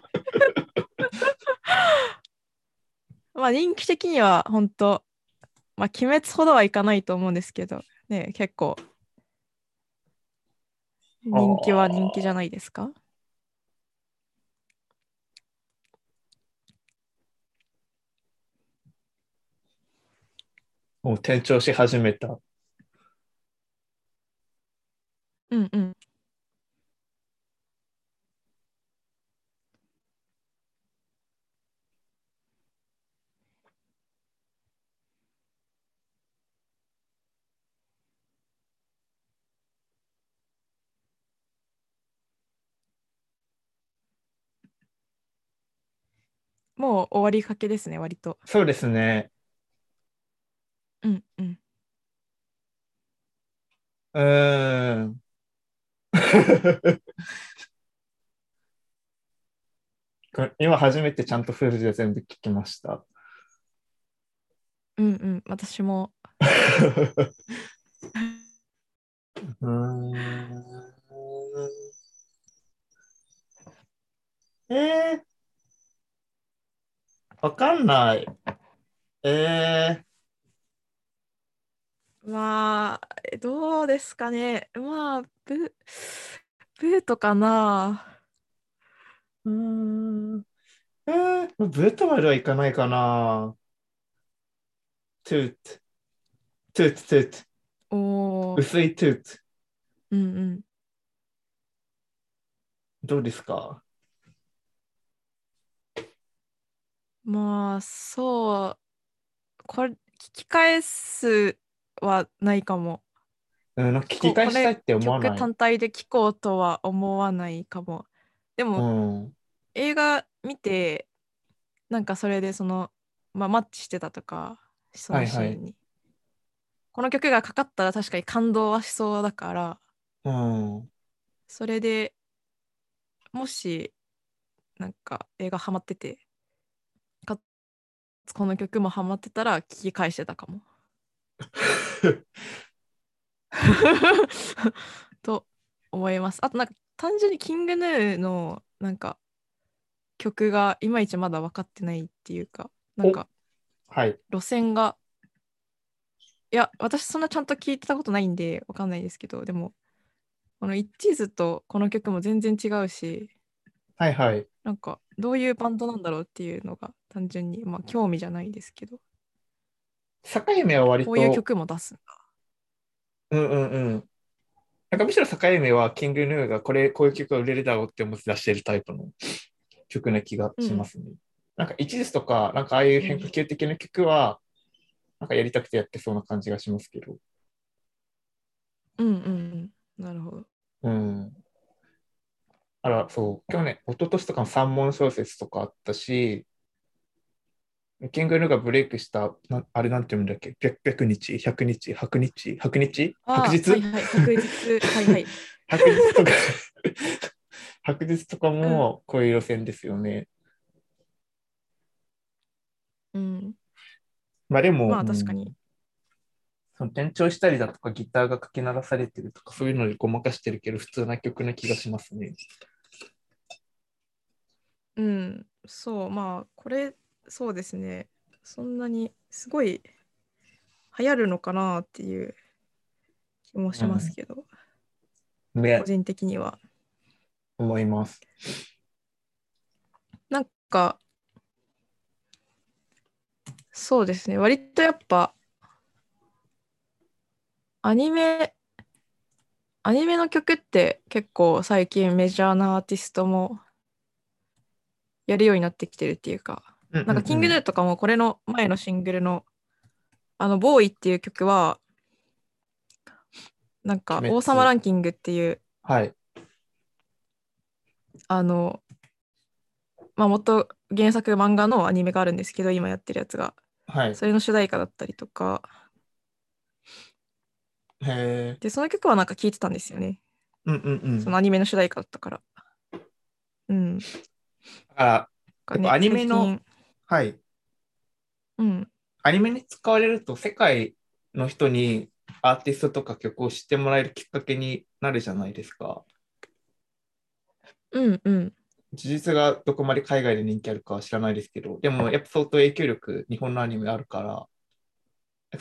まあ人気的には本当、まあ鬼滅ほどはいかないと思うんですけど、ね、結構は人気は人気じゃなあ。 いですか？ もう転調し始めた。 うんうん。もう終わりかけですね、割と。 そうですね。 うんうん。 うーん。これ今初めてちゃんとフルで全部聞きました。 うんうん。私も。 うーん。えー、わかんない。えまあ、えどうですかね。まあ、ブ、ブートかな。 ー、うーん。えー、ブートまではいかないかな。トゥート、トゥート、トゥート。 おー、 薄いトゥート。 うんうん。 どうですか？ まあ、そう、これ、聞き返すはないかも。 うん、なんか聞きこう、これ、 返したいって思わない？ 曲単体で聴こうとは思わないかも。でうも、 ん。 映画見て、なんかそれでその、まあ、マッチしてたとか、そはいはい。 のシーンに。この曲がかかったら確かに感動はしそうだから、 うん。 それでもし、なんか映画ハマってて、かつこの曲もハマってたら聞き返してたかも。と思います。あとなんか単純にキングヌーのなんか曲がいまいちまだ分かってないっていうか、なんお、 かはい。 路線が、いや、私そんなちゃんと聞いてたことないんで分かんないですけど、でも、このイッチーズとこの曲も全然違うし、 はいはい。 なんかどういうバンドなんだろうっていうのが単純に、まあ興味じゃないですけど、 境目は割こういうと、 曲も出すんだ。 うんうんうん。なんかむしろ境目はキングヌーがこれ、こういう曲が売れるだろうって思って出してるタイプの曲な気がうん。 しますね。なんか一途とか、なんかああいううん。 変化球的な曲は、なんかやりたくてやってそうな感じがしますけど。 うんうんうん。なるほど。 うん。あら、そう、去年、一昨年とかの三文小説とかあったし、キングヌーがブレイクした、なあれなんて言うんだっけ？ ひゃく ひゃくにち、ひゃくにち、白日、白日白ああ、はい日はい。白日。はいはい。 白日とか白日とかうん。 もこういう路線ですよね。 うん。 まあでも、 まあう確かに。 ん、その転調したりだとかギターがかき鳴らされてるとかそういうのでごまかしてるけど普通な曲な気がしますね。 うん。そう。まあこれ、そうですね。そんなにすごい流行るのかなっていう気もしますうん。 けど、個ね、 人的には。 思います。 なんか、そうですね。割とやっぱ、アニメ、アニメの曲って結構最近メジャーなアーティストもやるようになってきてるっていうか、 うんなんかキングヌうんーとかもこれの前のシングルのあの、ボーイっていう曲は、なんか王様鬼滅。 ランキングっていう、 はい。 あの、まあ、元原作漫画のアニメがあるんですけど、今やってるやつが。 はい。 それの主題歌だったりとか、 へえ。 で、その曲はなんか聴いてたんですよね。 うんうんうん。 そのアニメの主題歌だったから。うん。 だから、 がね、 結構アニメの、 最近、 はい。 うん、 アニメに使われると世界の人にアーティストとか曲を知ってもらえるきっかけになるじゃないですか。 うん、うん。 事実がどこまで海外で人気あるかは知らないですけど、でもやっぱ相当影響力、日本のアニメあるから、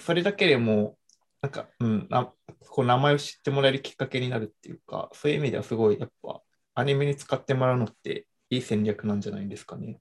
それだけでも、なんか、うん、なこう名前を知ってもらえるきっかけになるっていうか、そういう意味ではすごい、やっぱ、アニメに使ってもらうのっていい戦略なんじゃないですかね。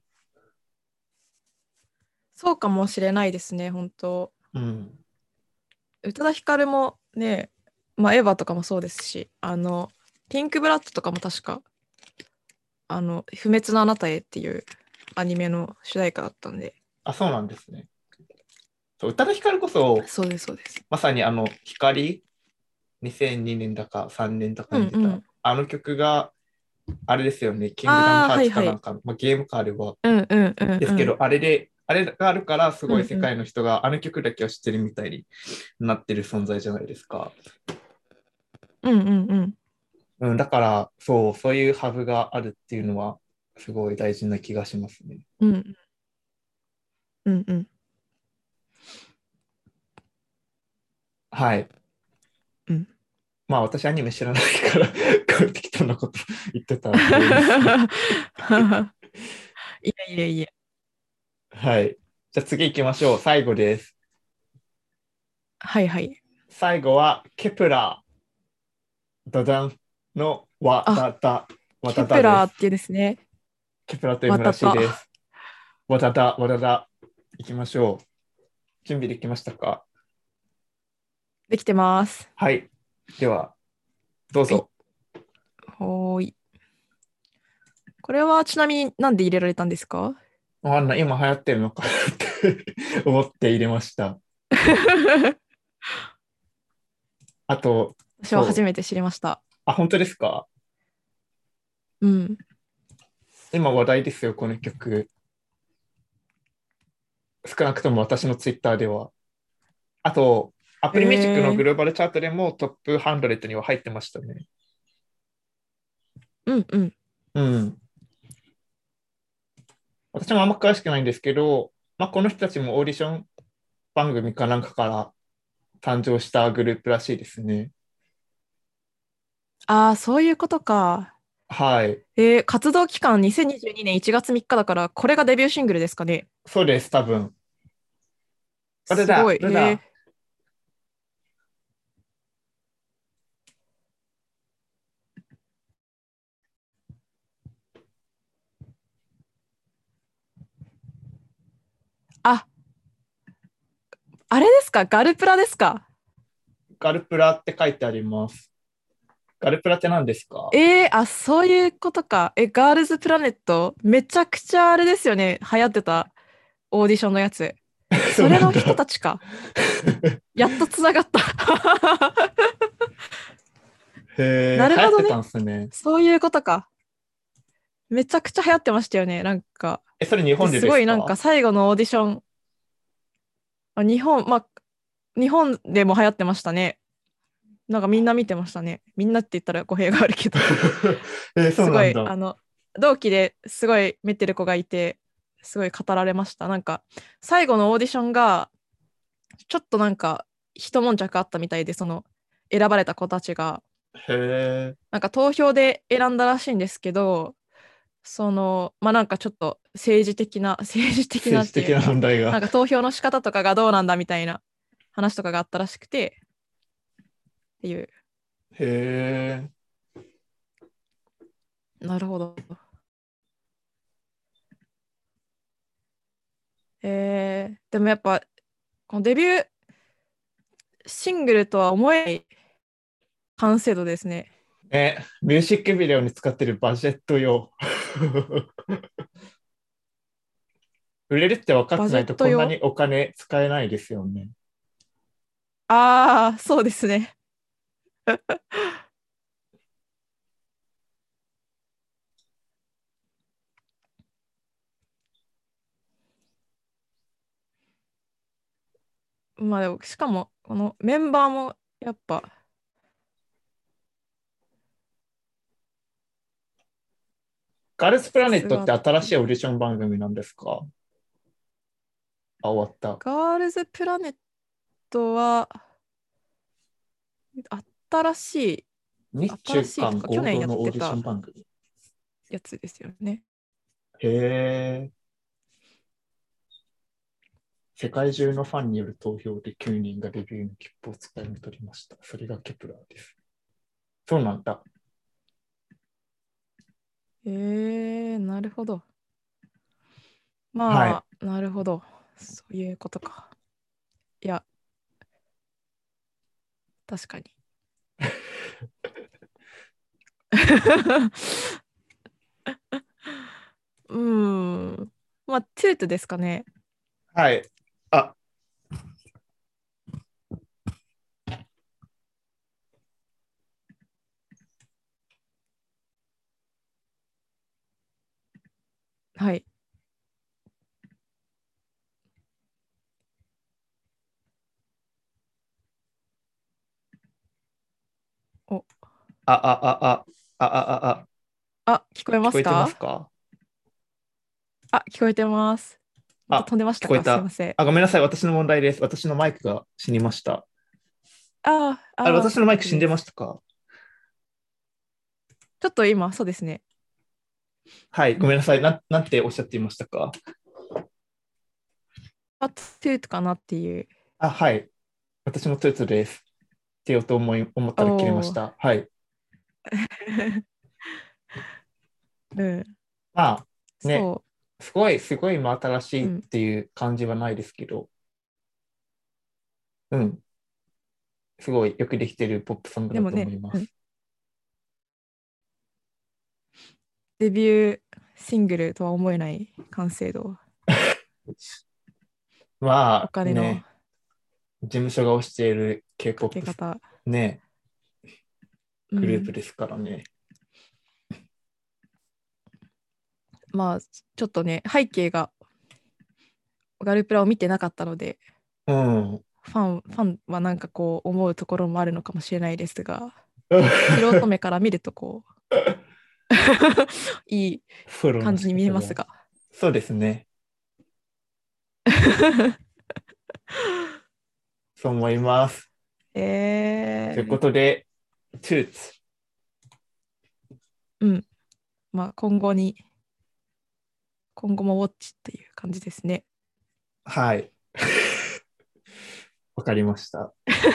そうかもしれないですね、本当。 うん。 宇多田ヒカルもね、まあ、エヴァとかもそうですし、あの、ピンクブラッドとかも確か、あの、不滅のあなたへっていうアニメの主題歌だったんで、 あ、そうなんですね。そう宇多田ヒカルこそ、 そうです、そうです。 まさにあの、光、にせんにねんだかさんねんだかに出た、 うんうん。 あの曲が、あれですよね、キングダムああ、 ハーはいはい。 ツかなんかの、まあ、ゲームかあれば、 うんうんうんうん。 ですけど、あれで、あれがあるから、すごい世うんうん。 界の人があの曲だけを知ってるみたいになってる存在じゃないですか。 うんうんうん。 うん、だから、そう、そういうハブがあるっていうのは、すごい大事な気がしますね。 うんうんうん。 はい。 うん。 まあ、私アニメ知らないからこうやって適当なこと言ってたらごめんなさい。 いやいやいや。 はい。じゃあ次行きましょう。最後です。 はいはい。 最後は、ケプラー、ダダンのわあ、 だだ、わだケプだです。 ラーっていうですね。 ケプラーと読むらわたた。 しいです。わだだ、わだだ。行きましょう。準備できましたか？ できてます。 はい。では、どうはい。 ぞ。 ほーい。 これはちなみになんで入れられたんですか？ わかんない。今流行ってるのかなって思って入れました。あと、 私は初そう。 めて知りました。 あ、本当ですか？ うん。 今話題ですよ、この曲。少なくとも私のツイッターでは。あと、 え Apple Music のグー、 ローバルチャートでもトップひゃくには入ってましたね。 うんうん。 うん。私もあんま詳しくないんですけど、まあ、この人たちもオーディション番組かなんかから誕生したグループらしいですね。 ああ、そういうことか。 はい。 えー、活動期間にせんにじゅうにねんいちがつみっかだから、これがデビューシングルですかね。 そうです、多分。これだ、 すごい。 これだ。 えー、あ、あれですか？ガルプラですか？ ガルプラって書いてあります。ガルプラって何ですか？ えー、あ、そういうことか。え、ガールズプラネットめちゃくちゃあれですよね。流行ってたオーディションのやつ。 そうそれの人なんだ。 たちか。やっとつながった。 へえ、流行ってたなるほどね。 んすね。 そういうことか。めちゃくちゃ流行ってましたよね。なんか。 え、それ日で、 本ですごいなんかですか？ 最後のオーディション、あ、日本、まあ、日本でも流行ってましたね。なんかみんな見てましたね。みんなって言ったら語弊があるけど。 えーそうすごい、 なんだ。 あの、同期ですごい見てる子がいて、すごい語られました。なんか、最後のオーディションが、ちょっとなんか、一悶着あったみたいで、その、選ばれた子たちが、 へえ、 なんか投票で選んだらしいんですけど、その、まあなんかちょっと政治的な、政治的な政治的なっていうか、 問題が。 なんか投票の仕方とかがどうなんだみたいな話とかがあったらしくて、っていう。 へえ、 なるほど。えー、でもやっぱ、このデビューシングルとは思えない完成度ですね。 ね、ミュージックビデオに使ってるバジェットよ。売れるって分かっバジェてないとこんなット用。 にお金使えないですよね。 ああ、そうですね。まあでも、しかも、このメンバーもやっぱ、 ガールズプラさすネットってがっていう。 新しいオーディション番組なんですか？あ、終わった。 ガールズプラネットは、新しい、 日中新しいとか、去韓合年やっ同のオーディショてたン番組。 やつですよね。 へえ。世界中のファンによる投票できゅうにんがデビューの切符を使い取りました。それがケプラーです。そうなんだ。 えー、なるほど。 はい。 まあ、なるほど。そういうことか。いや、確かに。うーん。まあ、トゥートですかね。 はい。あ、 はい。お、 あ、あ、あ、あ、あ、あ、あ、あ、 あ、聞こえ聞こえてますますか？ か？ あ、聞こえてます。またあ、 飛んでましたか？すいま聞こえた。 せん。 あ、ごめんなさい。私の問題です。私のマイクが死にました。 ああ、 あれ、 ああ、 私のマイク死んで大丈夫です。 ましたか？ ちょっと今、そうですね。 はい。ごめんなさい。なん、なんておっしゃっていましたか？ あ、トゥートかなっていう。 あ、はい。私もトゥートです。って言おうと思い、思ったら切れましおー。 た。はい。 うん。 まあ、ね。 そすごい、すごい真新しう。 いっうん。 ていう感じはないですけど、うん。すごいよくできてるポップソングだと思でもね、うん。 います。 デビューシングルとは思えない完成度。おまあ金のね、事務所が推しているかけ K-ポップ方。 ね、 うん、 グループですからね。 まあ、ちょっとね、背景がガルプラを見てなかったので、 うん。 ファン、ファンはなんかこう思うところもあるのかもしれないですが、素人目から見るとこう、いいフォローの仕感じに見え方が。 ますが。 そうですね。そう思います。というこえとで、トゥーツ。 ー、うん。まあ今後に、今後もウォッチっていう感じですね。 はい。わかりました。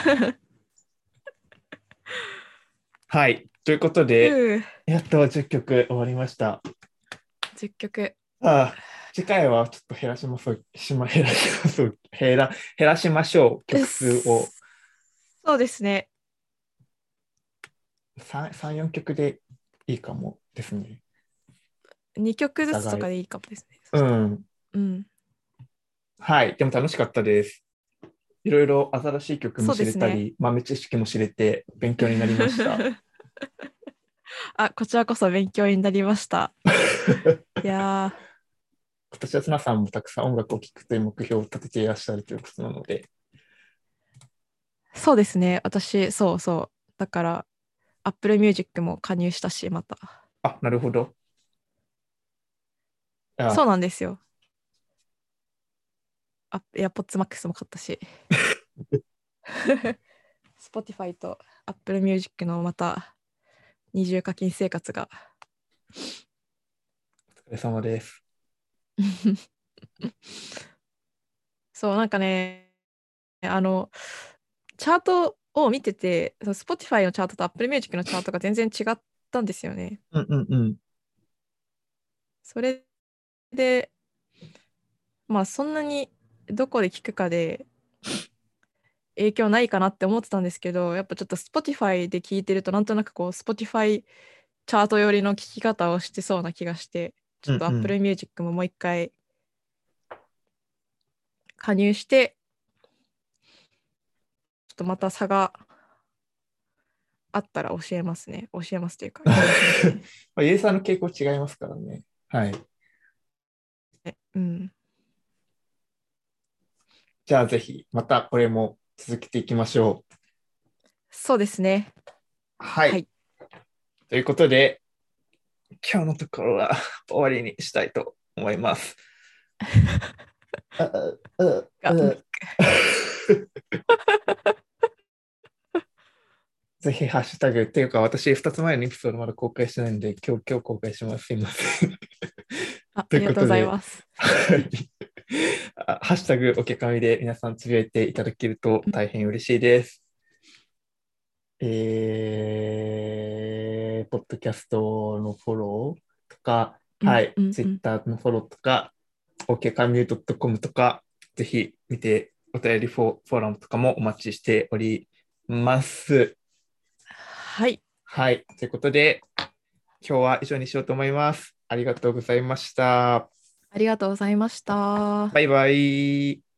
はい。ということうで、 ー、 やっとじゅっきょく終わりました。 じゅっきょく。 ああ、次回はちょっと減らしましょう。しま、減らしましょう。減ら、減らしましょう。 うっ曲数を。 すそうですね。 さん、さん、よんきょくでいいかもですね。 にきょくお互い。 ずつとかでいいかもですね。そしたら。 うん。 うん。 はい。でも楽しかったです。いろいろ新しい曲もそう知ですね。 れたり、豆知識も知れて勉強になりました。 あ、こちらこそ勉強になりました。いや今年は綱さんもたくさん音楽を聴くという目標を立てていらっしゃるということなので。 ー、そうですね。私、そうそう。だから、Apple Music も加入したし、また。 あ、なるほど。あ、 そうなんですよ。あ、AirPods Max も買ったし。Spotify と Apple Music のまた二重課金生活が。 お疲れ様です。 そう、なんかね、あの、チャートを見てて、その Spotify のチャートと Apple Music のチャートが全然違ったんですよね。 うんうんうん。 それで、まあそんなにどこで聞くかで影響ないかなって思ってたんですけど、やっぱちょっと Spotify で聞いてるとなんとなくこう Spotify チャート寄りの聞き方をしてそうな気がして、ちょっとうんうん。 Apple Music ももう一回加入して、ちょっとまた差があったら教えますね。教えますというか、共有しますね。 まあ、ユーザーの傾向違いますからね。はい。 ねうん。 じゃあぜひ、またこれも続けていきましょう。 そうですね。 はい。 はい。 ということで、今日のところは終わりにしたいと思います。あああが、うんあぜひ、ハッシュタグ、っていうか、私、ふたつまえのエピソードまだ公開してないんで、今日、今日公開します。すいません。 あ、 というありがとうございことで、 ます。 はいあハッシュタグ、おけかみで皆さんつぶやいていただけると大変嬉しいです。えー、ポッドキャストのフォローとか、 うん、 はい、 うん、 ツイッうん。 ターのフォローとか、オーケーカミュー .com とか、ぜひ見て、お便りフォフォーラムとかもお待ちしております。 はい。 はい、ということで、今日は以上にしようと思います。ありがとうございました。 ありがとうございました。 バイバイ。